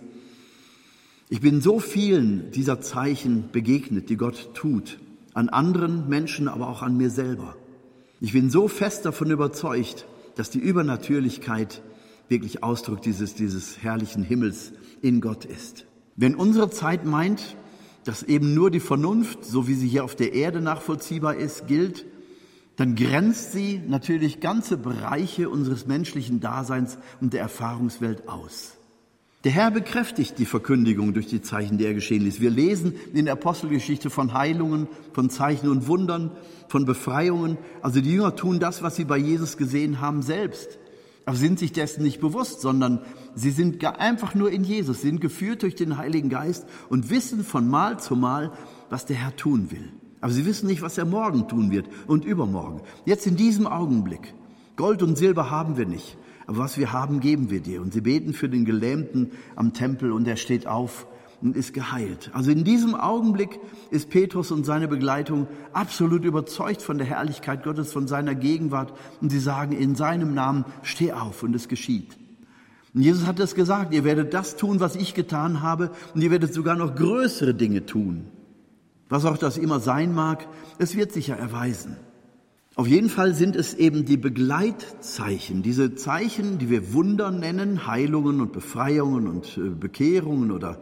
Ich bin so vielen dieser Zeichen begegnet, die Gott tut, an anderen Menschen, aber auch an mir selber. Ich bin so fest davon überzeugt, dass die Übernatürlichkeit wirklich Ausdruck dieses, dieses herrlichen Himmels in Gott ist. Wenn unsere Zeit meint, dass eben nur die Vernunft, so wie sie hier auf der Erde nachvollziehbar ist, gilt, dann grenzt sie natürlich ganze Bereiche unseres menschlichen Daseins und der Erfahrungswelt aus. Der Herr bekräftigt die Verkündigung durch die Zeichen, die er geschehen ließ. Wir lesen in der Apostelgeschichte von Heilungen, von Zeichen und Wundern, von Befreiungen. Also die Jünger tun das, was sie bei Jesus gesehen haben, selbst. Aber sind sich dessen nicht bewusst, sondern sie sind einfach nur in Jesus, sind geführt durch den Heiligen Geist und wissen von Mal zu Mal, was der Herr tun will. Aber sie wissen nicht, was er morgen tun wird und übermorgen. Jetzt in diesem Augenblick. Gold und Silber haben wir nicht. Aber was wir haben, geben wir dir. Und sie beten für den Gelähmten am Tempel und er steht auf und ist geheilt. Also in diesem Augenblick ist Petrus und seine Begleitung absolut überzeugt von der Herrlichkeit Gottes, von seiner Gegenwart. Und sie sagen in seinem Namen, steh auf, und es geschieht. Und Jesus hat es gesagt, ihr werdet das tun, was ich getan habe, und ihr werdet sogar noch größere Dinge tun. Was auch das immer sein mag, es wird sich ja erweisen. Auf jeden Fall sind es eben die Begleitzeichen, diese Zeichen, die wir Wunder nennen, Heilungen und Befreiungen und Bekehrungen oder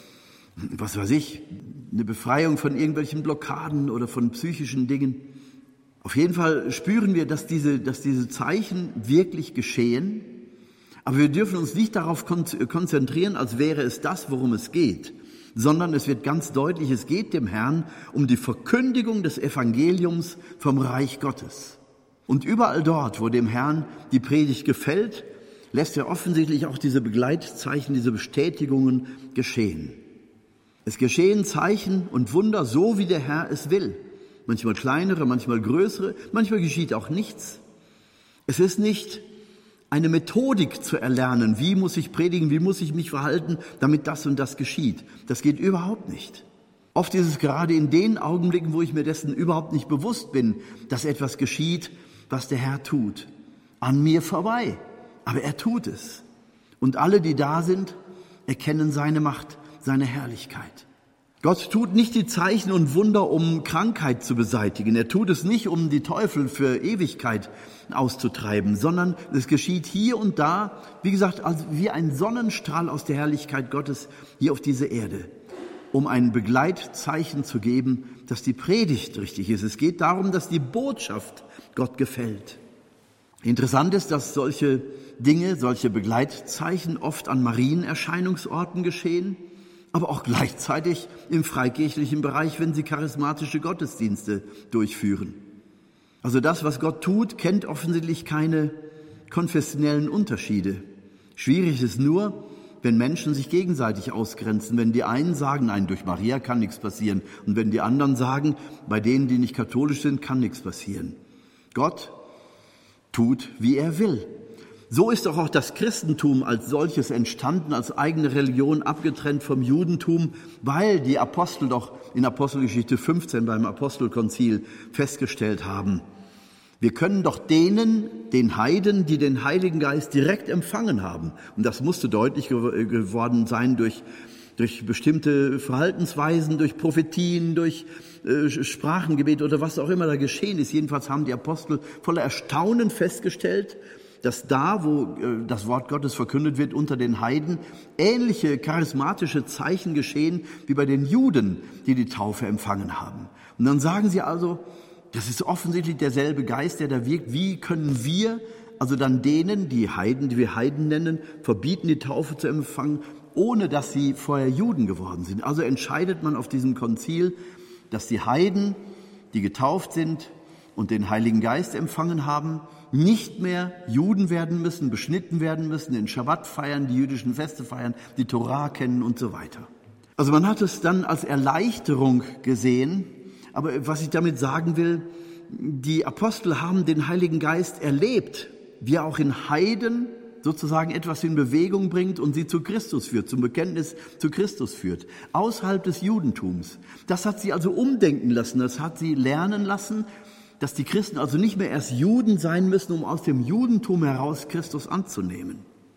was weiß ich, eine Befreiung von irgendwelchen Blockaden oder von psychischen Dingen. Auf jeden Fall spüren wir, dass diese, dass diese Zeichen wirklich geschehen, aber wir dürfen uns nicht darauf konzentrieren, als wäre es das, worum es geht, sondern es wird ganz deutlich, es geht dem Herrn um die Verkündigung des Evangeliums vom Reich Gottes. Und überall dort, wo dem Herrn die Predigt gefällt, lässt er offensichtlich auch diese Begleitzeichen, diese Bestätigungen geschehen. Es geschehen Zeichen und Wunder, so wie der Herr es will. Manchmal kleinere, manchmal größere, manchmal geschieht auch nichts. Es ist nicht eine Methodik zu erlernen, wie muss ich predigen, wie muss ich mich verhalten, damit das und das geschieht. Das geht überhaupt nicht. Oft ist es gerade in den Augenblicken, wo ich mir dessen überhaupt nicht bewusst bin, dass etwas geschieht, was der Herr tut. An mir vorbei. Aber er tut es. Und alle, die da sind, erkennen seine Macht, seine Herrlichkeit. Gott tut nicht die Zeichen und Wunder, um Krankheit zu beseitigen. Er tut es nicht, um die Teufel für Ewigkeit auszutreiben, sondern es geschieht hier und da, wie gesagt, also wie ein Sonnenstrahl aus der Herrlichkeit Gottes hier auf diese Erde, um ein Begleitzeichen zu geben, dass die Predigt richtig ist. Es geht darum, dass die Botschaft Gott gefällt. Interessant ist, dass solche Dinge, solche Begleitzeichen oft an Marienerscheinungsorten geschehen, aber auch gleichzeitig im freikirchlichen Bereich, wenn sie charismatische Gottesdienste durchführen. Also das, was Gott tut, kennt offensichtlich keine konfessionellen Unterschiede. Schwierig ist nur, wenn Menschen sich gegenseitig ausgrenzen, wenn die einen sagen, nein, durch Maria kann nichts passieren, und wenn die anderen sagen, bei denen, die nicht katholisch sind, kann nichts passieren. Gott tut, wie er will. So ist doch auch das Christentum als solches entstanden, als eigene Religion, abgetrennt vom Judentum, weil die Apostel doch in Apostelgeschichte fünfzehn beim Apostelkonzil festgestellt haben, wir können doch denen, den Heiden, die den Heiligen Geist direkt empfangen haben, und das musste deutlich geworden sein durch, durch bestimmte Verhaltensweisen, durch Prophetien, durch äh, Sprachengebet oder was auch immer da geschehen ist. Jedenfalls haben die Apostel voller Erstaunen festgestellt, dass da, wo äh, das Wort Gottes verkündet wird unter den Heiden, ähnliche charismatische Zeichen geschehen wie bei den Juden, die die Taufe empfangen haben. Und dann sagen sie also, das ist offensichtlich derselbe Geist, der da wirkt. Wie können wir also dann denen, die Heiden, die wir Heiden nennen, verbieten, die Taufe zu empfangen, ohne dass sie vorher Juden geworden sind? Also entscheidet man auf diesem Konzil, dass die Heiden, die getauft sind und den Heiligen Geist empfangen haben, nicht mehr Juden werden müssen, beschnitten werden müssen, den Schabbat feiern, die jüdischen Feste feiern, die Torah kennen und so weiter. Also man hat es dann als Erleichterung gesehen, aber was ich damit sagen will, die Apostel haben den Heiligen Geist erlebt, wie er auch in Heiden sozusagen etwas in Bewegung bringt und sie zu Christus führt, zum Bekenntnis zu Christus führt, außerhalb des Judentums. Das hat sie also umdenken lassen, das hat sie lernen lassen, dass die Christen also nicht mehr erst Juden sein müssen, um aus dem Judentum heraus Christus anzunehmen.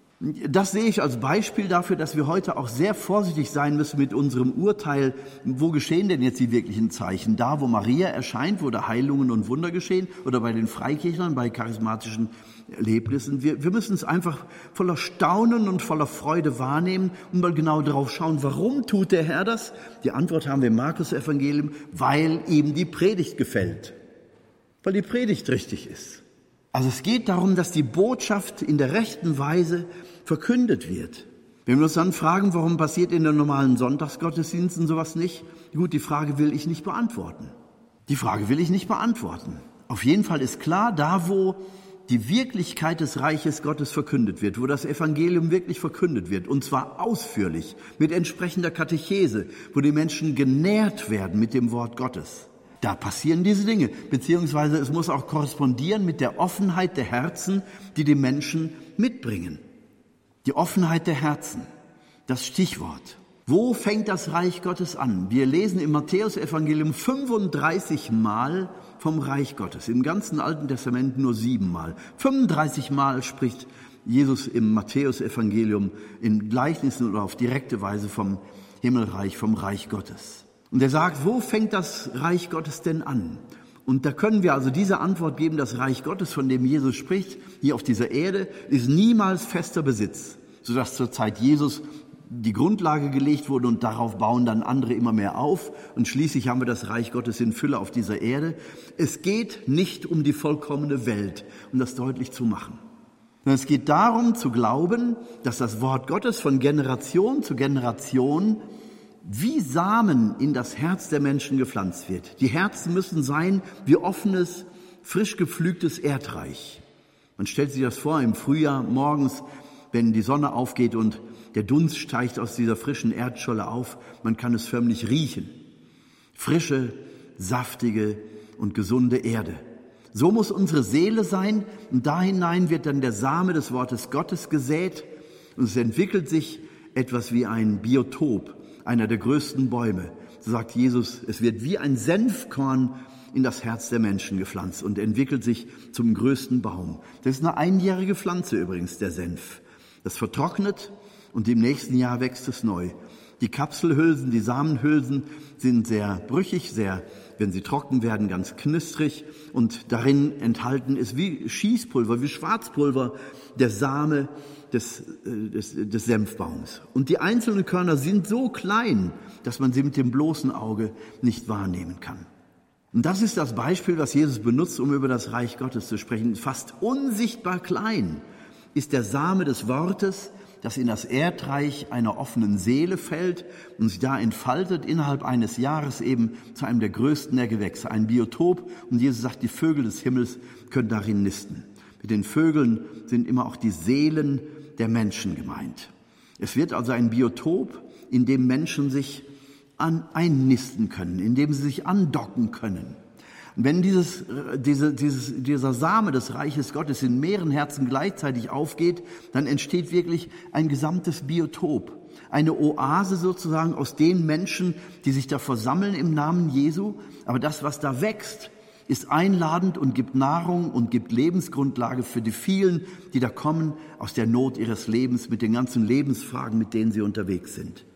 Das sehe ich als Beispiel dafür, dass wir heute auch sehr vorsichtig sein müssen mit unserem Urteil. Wo geschehen denn jetzt die wirklichen Zeichen? Da, wo Maria erscheint, wo da Heilungen und Wunder geschehen, oder bei den Freikirchlern, bei charismatischen Erlebnissen. Wir, wir müssen es einfach voller Staunen und voller Freude wahrnehmen und mal genau darauf schauen, warum tut der Herr das? Die Antwort haben wir im Markus-Evangelium, weil ihm die Predigt gefällt. Weil die Predigt richtig ist. Also es geht darum, dass die Botschaft in der rechten Weise verkündet wird. Wenn wir uns dann fragen, warum passiert in den normalen Sonntagsgottesdiensten sowas nicht? Gut, die Frage will ich nicht beantworten. Die Frage will ich nicht beantworten. Auf jeden Fall ist klar, da wo die Wirklichkeit des Reiches Gottes verkündet wird, wo das Evangelium wirklich verkündet wird, und zwar ausführlich, mit entsprechender Katechese, wo die Menschen genährt werden mit dem Wort Gottes. Da passieren diese Dinge, beziehungsweise es muss auch korrespondieren mit der Offenheit der Herzen, die die Menschen mitbringen. Die Offenheit der Herzen, das Stichwort. Wo fängt das Reich Gottes an? Wir lesen im Matthäus-Evangelium fünfunddreißig Mal vom Reich Gottes, im ganzen Alten Testament nur sieben Mal. fünfunddreißig Mal spricht Jesus im Matthäus-Evangelium in Gleichnissen oder auf direkte Weise vom Himmelreich, vom Reich Gottes. Und er sagt, wo fängt das Reich Gottes denn an? Und da können wir also diese Antwort geben, das Reich Gottes, von dem Jesus spricht, hier auf dieser Erde, ist niemals fester Besitz, sodass zur Zeit Jesus die Grundlage gelegt wurde und darauf bauen dann andere immer mehr auf. Und schließlich haben wir das Reich Gottes in Fülle auf dieser Erde. Es geht nicht um die vollkommene Welt, um das deutlich zu machen. Sondern es geht darum zu glauben, dass das Wort Gottes von Generation zu Generation wie Samen in das Herz der Menschen gepflanzt wird. Die Herzen müssen sein wie offenes, frisch gepflügtes Erdreich. Man stellt sich das vor im Frühjahr morgens, wenn die Sonne aufgeht und der Dunst steigt aus dieser frischen Erdscholle auf. Man kann es förmlich riechen. Frische, saftige und gesunde Erde. So muss unsere Seele sein, und da hinein wird dann der Same des Wortes Gottes gesät und es entwickelt sich etwas wie ein Biotop, einer der größten Bäume. So sagt Jesus, es wird wie ein Senfkorn in das Herz der Menschen gepflanzt und entwickelt sich zum größten Baum. Das ist eine einjährige Pflanze übrigens, der Senf. Das vertrocknet und im nächsten Jahr wächst es neu. Die Kapselhülsen, die Samenhülsen sind sehr brüchig, sehr, wenn sie trocken werden, ganz knistrig, und darin enthalten ist wie Schießpulver, wie Schwarzpulver, der Same Des, des, des Senfbaums. Und die einzelnen Körner sind so klein, dass man sie mit dem bloßen Auge nicht wahrnehmen kann. Und das ist das Beispiel, was Jesus benutzt, um über das Reich Gottes zu sprechen. Fast unsichtbar klein ist der Same des Wortes, das in das Erdreich einer offenen Seele fällt und sich da entfaltet, innerhalb eines Jahres eben zu einem der größten der Gewächse, ein Biotop. Und Jesus sagt, die Vögel des Himmels können darin nisten. Mit den Vögeln sind immer auch die Seelen der Menschen gemeint. Es wird also ein Biotop, in dem Menschen sich an, einnisten können, in dem sie sich andocken können. Und wenn dieses, diese, dieses, dieser Same des Reiches Gottes in mehreren Herzen gleichzeitig aufgeht, dann entsteht wirklich ein gesamtes Biotop, eine Oase sozusagen aus den Menschen, die sich da versammeln im Namen Jesu. Aber das, was da wächst, ist einladend und gibt Nahrung und gibt Lebensgrundlage für die vielen, die da kommen aus der Not ihres Lebens mit den ganzen Lebensfragen, mit denen sie unterwegs sind.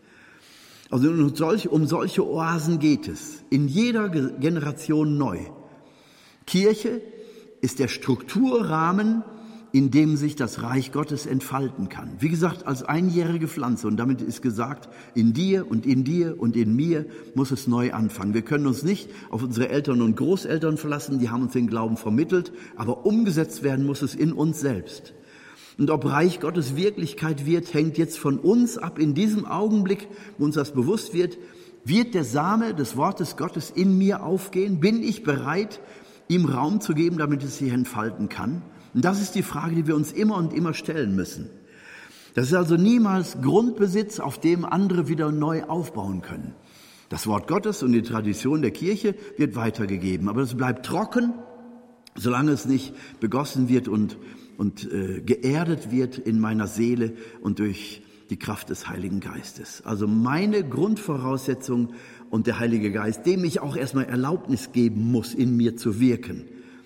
Also um solche, um solche Oasen geht es, in jeder Generation neu. Kirche ist der Strukturrahmen, in dem sich das Reich Gottes entfalten kann. Wie gesagt, als einjährige Pflanze. Und damit ist gesagt, in dir und in dir und in mir muss es neu anfangen. Wir können uns nicht auf unsere Eltern und Großeltern verlassen, die haben uns den Glauben vermittelt, aber umgesetzt werden muss es in uns selbst. Und ob Reich Gottes Wirklichkeit wird, hängt jetzt von uns ab. In diesem Augenblick, wo uns das bewusst wird, wird der Same des Wortes Gottes in mir aufgehen? Bin ich bereit, ihm Raum zu geben, damit es sich entfalten kann? Und das ist die Frage, die wir uns immer und immer stellen müssen. Das ist also niemals Grundbesitz, auf dem andere wieder neu aufbauen können. Das Wort Gottes und die Tradition der Kirche wird weitergegeben, aber es bleibt trocken, solange es nicht begossen wird und, und äh, geerdet wird in meiner Seele und durch die Kraft des Heiligen Geistes. Also meine Grundvoraussetzung und der Heilige Geist, dem ich auch erstmal Erlaubnis geben muss, in mir zu wirken.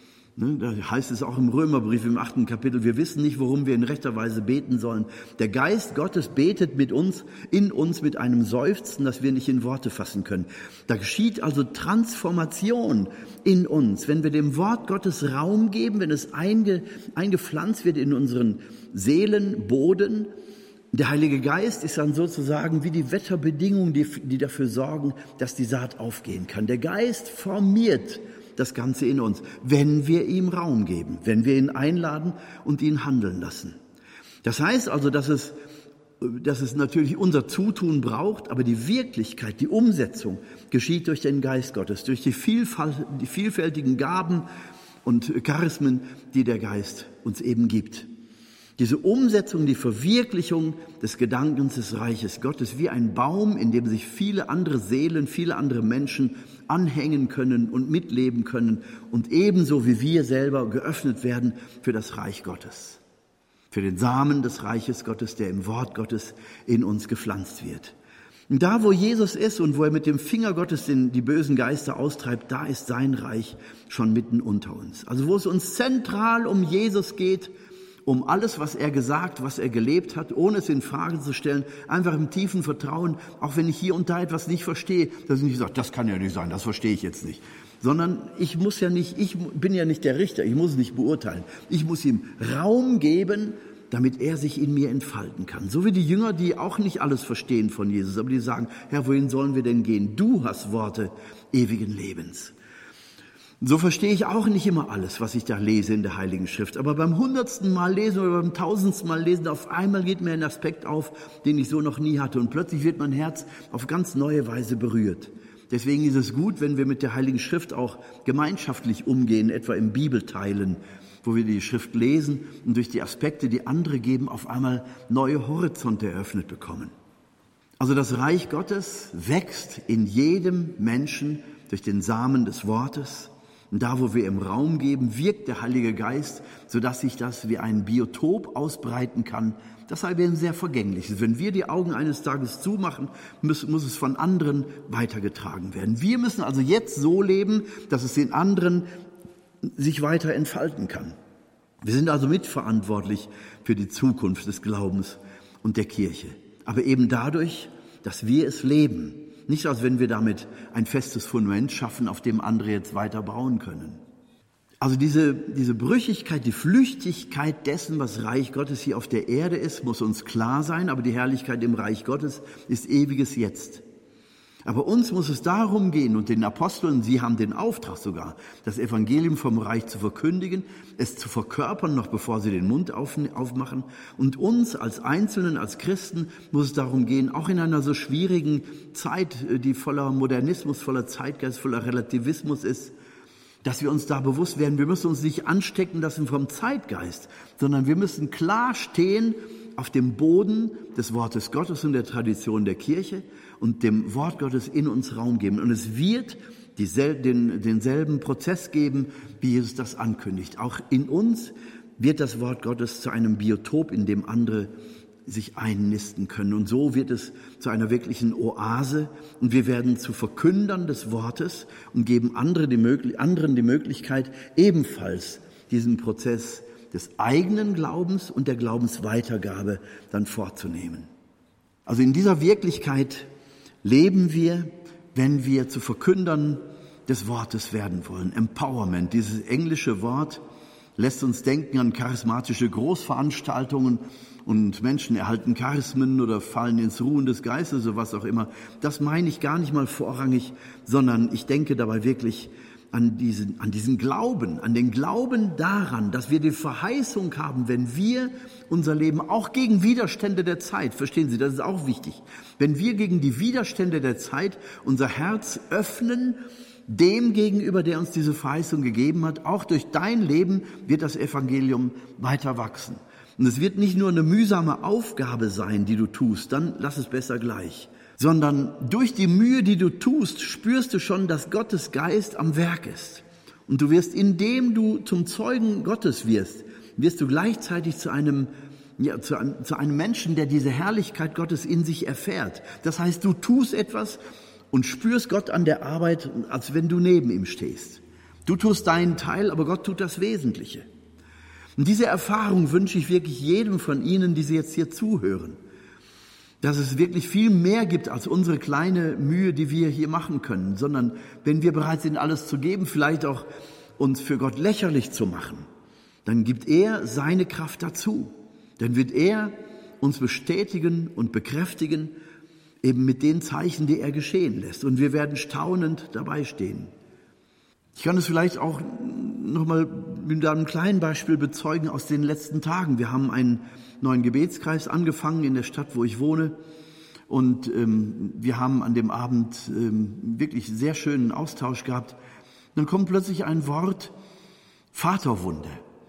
Da heißt es auch im Römerbrief im achten Kapitel, wir wissen nicht, worum wir in rechter Weise beten sollen. Der Geist Gottes betet mit uns, in uns mit einem Seufzen, das wir nicht in Worte fassen können. Da geschieht also Transformation in uns, wenn wir dem Wort Gottes Raum geben, wenn es einge, eingepflanzt wird in unseren Seelenboden. Der Heilige Geist ist dann sozusagen wie die Wetterbedingungen, die, die dafür sorgen, dass die Saat aufgehen kann. Der Geist formiert das Ganze in uns, wenn wir ihm Raum geben, wenn wir ihn einladen und ihn handeln lassen. Das heißt also, dass es, dass es natürlich unser Zutun braucht, aber die Wirklichkeit, die Umsetzung geschieht durch den Geist Gottes, durch die, Vielfalt, die vielfältigen Gaben und Charismen, die der Geist uns eben gibt. Diese Umsetzung, die Verwirklichung des Gedankens des Reiches Gottes, wie ein Baum, in dem sich viele andere Seelen, viele andere Menschen anhängen können und mitleben können und ebenso wie wir selber geöffnet werden für das Reich Gottes, für den Samen des Reiches Gottes, der im Wort Gottes in uns gepflanzt wird. Und da, wo Jesus ist und wo er mit dem Finger Gottes den, die bösen Geister austreibt, da ist sein Reich schon mitten unter uns. Also wo es uns zentral um Jesus geht, um alles, was er gesagt, was er gelebt hat, ohne es in Frage zu stellen, einfach im tiefen Vertrauen, auch wenn ich hier und da etwas nicht verstehe, dass ich nicht sage, das kann ja nicht sein, das verstehe ich jetzt nicht. Sondern ich muss ja nicht, ich bin ja nicht der Richter, ich muss es nicht beurteilen. Ich muss ihm Raum geben, damit er sich in mir entfalten kann. So wie die Jünger, die auch nicht alles verstehen von Jesus, aber die sagen, Herr, wohin sollen wir denn gehen? Du hast Worte ewigen Lebens. So verstehe ich auch nicht immer alles, was ich da lese in der Heiligen Schrift. Aber beim hundertsten Mal lesen oder beim tausendsten Mal lesen, auf einmal geht mir ein Aspekt auf, den ich so noch nie hatte. Und plötzlich wird mein Herz auf ganz neue Weise berührt. Deswegen ist es gut, wenn wir mit der Heiligen Schrift auch gemeinschaftlich umgehen, etwa im Bibelteilen, wo wir die Schrift lesen und durch die Aspekte, die andere geben, auf einmal neue Horizonte eröffnet bekommen. Also das Reich Gottes wächst in jedem Menschen durch den Samen des Wortes. Und da, wo wir ihm Raum geben, wirkt der Heilige Geist, sodass sich das wie ein Biotop ausbreiten kann, das aber eben sehr vergänglich ist. Wenn wir die Augen eines Tages zumachen, muss, muss es von anderen weitergetragen werden. Wir müssen also jetzt so leben, dass es den anderen sich weiter entfalten kann. Wir sind also mitverantwortlich für die Zukunft des Glaubens und der Kirche. Aber eben dadurch, dass wir es leben. Nicht, als wenn wir damit ein festes Fundament schaffen, auf dem andere jetzt weiter bauen können. Also diese, diese Brüchigkeit, die Flüchtigkeit dessen, was Reich Gottes hier auf der Erde ist, muss uns klar sein, aber die Herrlichkeit im Reich Gottes ist ewiges Jetzt. Aber uns muss es darum gehen, und den Aposteln, sie haben den Auftrag sogar, das Evangelium vom Reich zu verkündigen, es zu verkörpern, noch bevor sie den Mund aufmachen. Und uns als Einzelnen, als Christen, muss es darum gehen, auch in einer so schwierigen Zeit, die voller Modernismus, voller Zeitgeist, voller Relativismus ist, dass wir uns da bewusst werden, wir müssen uns nicht anstecken lassen vom Zeitgeist, sondern wir müssen klar stehen auf dem Boden des Wortes Gottes und der Tradition der Kirche und dem Wort Gottes in uns Raum geben. Und es wird diesel- den, denselben Prozess geben, wie Jesus das ankündigt. Auch in uns wird das Wort Gottes zu einem Biotop, in dem andere sich einnisten können. Und so wird es zu einer wirklichen Oase. Und wir werden zu Verkündern des Wortes und geben andere die Möglich- anderen die Möglichkeit, ebenfalls diesen Prozess des eigenen Glaubens und der Glaubensweitergabe dann vorzunehmen. Also in dieser Wirklichkeit leben wir, wenn wir zu Verkündern des Wortes werden wollen. Empowerment, dieses englische Wort, lässt uns denken an charismatische Großveranstaltungen und Menschen erhalten Charismen oder fallen ins Ruhen des Geistes oder was auch immer. Das meine ich gar nicht mal vorrangig, sondern ich denke dabei wirklich an diesen, an diesen Glauben, an den Glauben daran, dass wir die Verheißung haben, wenn wir unser Leben auch gegen Widerstände der Zeit, verstehen Sie, das ist auch wichtig, wenn wir gegen die Widerstände der Zeit unser Herz öffnen, dem gegenüber, der uns diese Verheißung gegeben hat, auch durch dein Leben wird das Evangelium weiter wachsen. Und es wird nicht nur eine mühsame Aufgabe sein, die du tust, dann lass es besser gleich, sondern durch die Mühe, die du tust, spürst du schon, dass Gottes Geist am Werk ist. Und du wirst, indem du zum Zeugen Gottes wirst, wirst du gleichzeitig zu einem, ja, zu einem, zu einem Menschen, der diese Herrlichkeit Gottes in sich erfährt. Das heißt, du tust etwas und spürst Gott an der Arbeit, als wenn du neben ihm stehst. Du tust deinen Teil, aber Gott tut das Wesentliche. Und diese Erfahrung wünsche ich wirklich jedem von Ihnen, die Sie jetzt hier zuhören, dass es wirklich viel mehr gibt als unsere kleine Mühe, die wir hier machen können, sondern wenn wir bereit sind, alles zu geben, vielleicht auch uns für Gott lächerlich zu machen, dann gibt er seine Kraft dazu. Dann wird er uns bestätigen und bekräftigen, eben mit den Zeichen, die er geschehen lässt. Und wir werden staunend dabei stehen. Ich kann es vielleicht auch nochmal mit einem kleinen Beispiel bezeugen aus den letzten Tagen. Wir haben einen neuen Gebetskreis angefangen in der Stadt, wo ich wohne. Und ähm, wir haben an dem Abend ähm, wirklich sehr schönen Austausch gehabt. Dann kommt plötzlich ein Wort, Vaterwunde.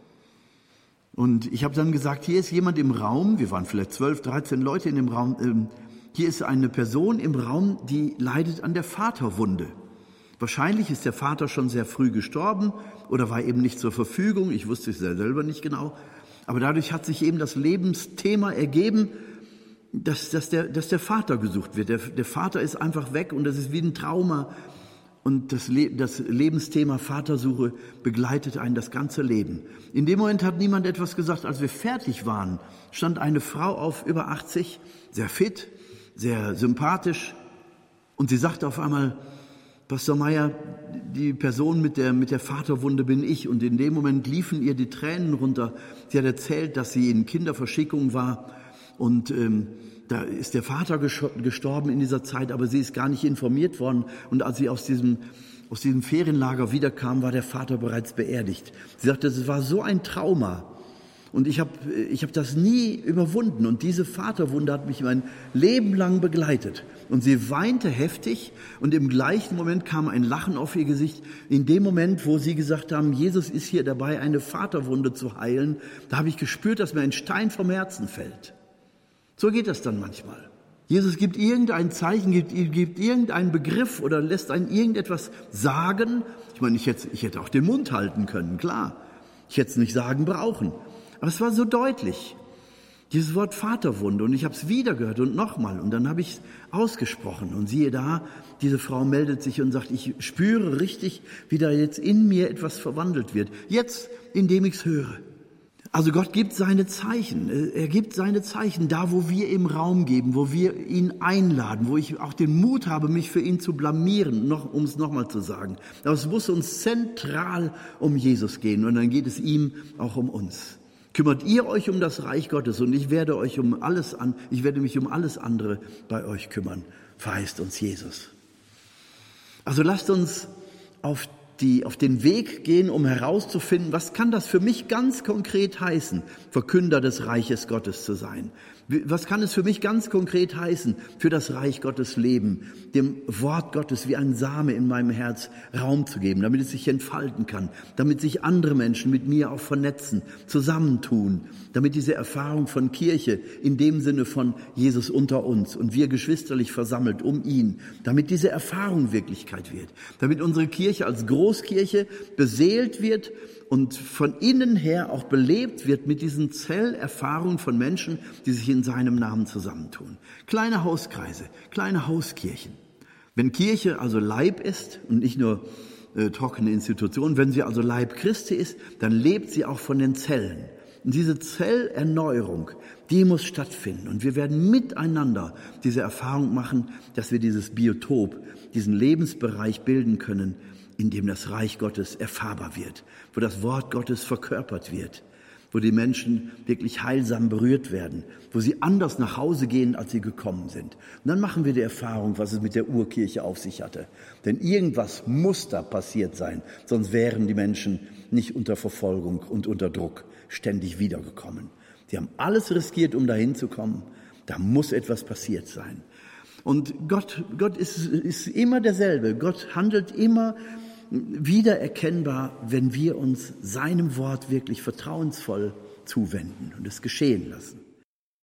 Und ich habe dann gesagt, hier ist jemand im Raum, wir waren vielleicht zwölf, dreizehn Leute in dem Raum, ähm, hier ist eine Person im Raum, die leidet an der Vaterwunde. Wahrscheinlich ist der Vater schon sehr früh gestorben oder war eben nicht zur Verfügung. Ich wusste es ja selber nicht genau. Aber dadurch hat sich eben das Lebensthema ergeben, dass, dass, der, dass der Vater gesucht wird. Der, der Vater ist einfach weg und das ist wie ein Trauma. Und das, Le- das Lebensthema Vatersuche begleitet einen das ganze Leben. In dem Moment hat niemand etwas gesagt. Als wir fertig waren, stand eine Frau auf, über achtzig, sehr fit, sehr sympathisch. Und sie sagte auf einmal, Pastor Meier, die Person mit der, mit der Vaterwunde bin ich. Und in dem Moment liefen ihr die Tränen runter. Sie hat erzählt, dass sie in Kinderverschickung war. Und ähm, da ist der Vater gestorben in dieser Zeit, aber sie ist gar nicht informiert worden. Und als sie aus diesem, aus diesem Ferienlager wiederkam, war der Vater bereits beerdigt. Sie sagte, es war so ein Trauma. Und ich habe ich hab das nie überwunden. Und diese Vaterwunde hat mich mein Leben lang begleitet. Und sie weinte heftig und im gleichen Moment kam ein Lachen auf ihr Gesicht. In dem Moment, wo sie gesagt haben, Jesus ist hier dabei, eine Vaterwunde zu heilen, da habe ich gespürt, dass mir ein Stein vom Herzen fällt. So geht das dann manchmal. Jesus gibt irgendein Zeichen, gibt, gibt irgendeinen Begriff oder lässt einen irgendetwas sagen. Ich meine, ich hätte, ich hätte auch den Mund halten können, klar. Ich hätte es nicht sagen brauchen. Aber es war so deutlich, dieses Wort Vaterwunde. Und ich habe es wieder gehört und nochmal. Und dann habe ich es ausgesprochen. Und siehe da, diese Frau meldet sich und sagt, ich spüre richtig, wie da jetzt in mir etwas verwandelt wird. Jetzt, indem ich es höre. Also Gott gibt seine Zeichen. Er gibt seine Zeichen da, wo wir im Raum geben, wo wir ihn einladen, wo ich auch den Mut habe, mich für ihn zu blamieren, noch, um es nochmal zu sagen. Aber es muss uns zentral um Jesus gehen. Und dann geht es ihm auch um uns. Kümmert ihr euch um das Reich Gottes und ich werde euch um alles an, ich werde mich um alles andere bei euch kümmern, verheißt uns Jesus. Also lasst uns auf die, auf den Weg gehen, um herauszufinden, was kann das für mich ganz konkret heißen, Verkünder des Reiches Gottes zu sein. Was kann es für mich ganz konkret heißen, für das Reich Gottes leben, dem Wort Gottes wie ein Same in meinem Herz Raum zu geben, damit es sich entfalten kann, damit sich andere Menschen mit mir auch vernetzen, zusammentun, damit diese Erfahrung von Kirche in dem Sinne von Jesus unter uns und wir geschwisterlich versammelt um ihn, damit diese Erfahrung Wirklichkeit wird, damit unsere Kirche als Großkirche beseelt wird und von innen her auch belebt wird mit diesen Zellerfahrungen von Menschen, die sich in seinem Namen zusammentun. Kleine Hauskreise, kleine Hauskirchen. Wenn Kirche also Leib ist und nicht nur äh, trockene Institution, wenn sie also Leib Christi ist, dann lebt sie auch von den Zellen. Und diese Zellerneuerung, die muss stattfinden. Und wir werden miteinander diese Erfahrung machen, dass wir dieses Biotop, diesen Lebensbereich bilden können, in dem das Reich Gottes erfahrbar wird, wo das Wort Gottes verkörpert wird, wo die Menschen wirklich heilsam berührt werden, wo sie anders nach Hause gehen, als sie gekommen sind. Und dann machen wir die Erfahrung, was es mit der Urkirche auf sich hatte. Denn irgendwas muss da passiert sein, sonst wären die Menschen nicht unter Verfolgung und unter Druck ständig wiedergekommen. Sie haben alles riskiert, um dahin zu kommen. Da muss etwas passiert sein. Und Gott, Gott ist, ist immer derselbe. Gott handelt immer wieder erkennbar, wenn wir uns seinem Wort wirklich vertrauensvoll zuwenden und es geschehen lassen.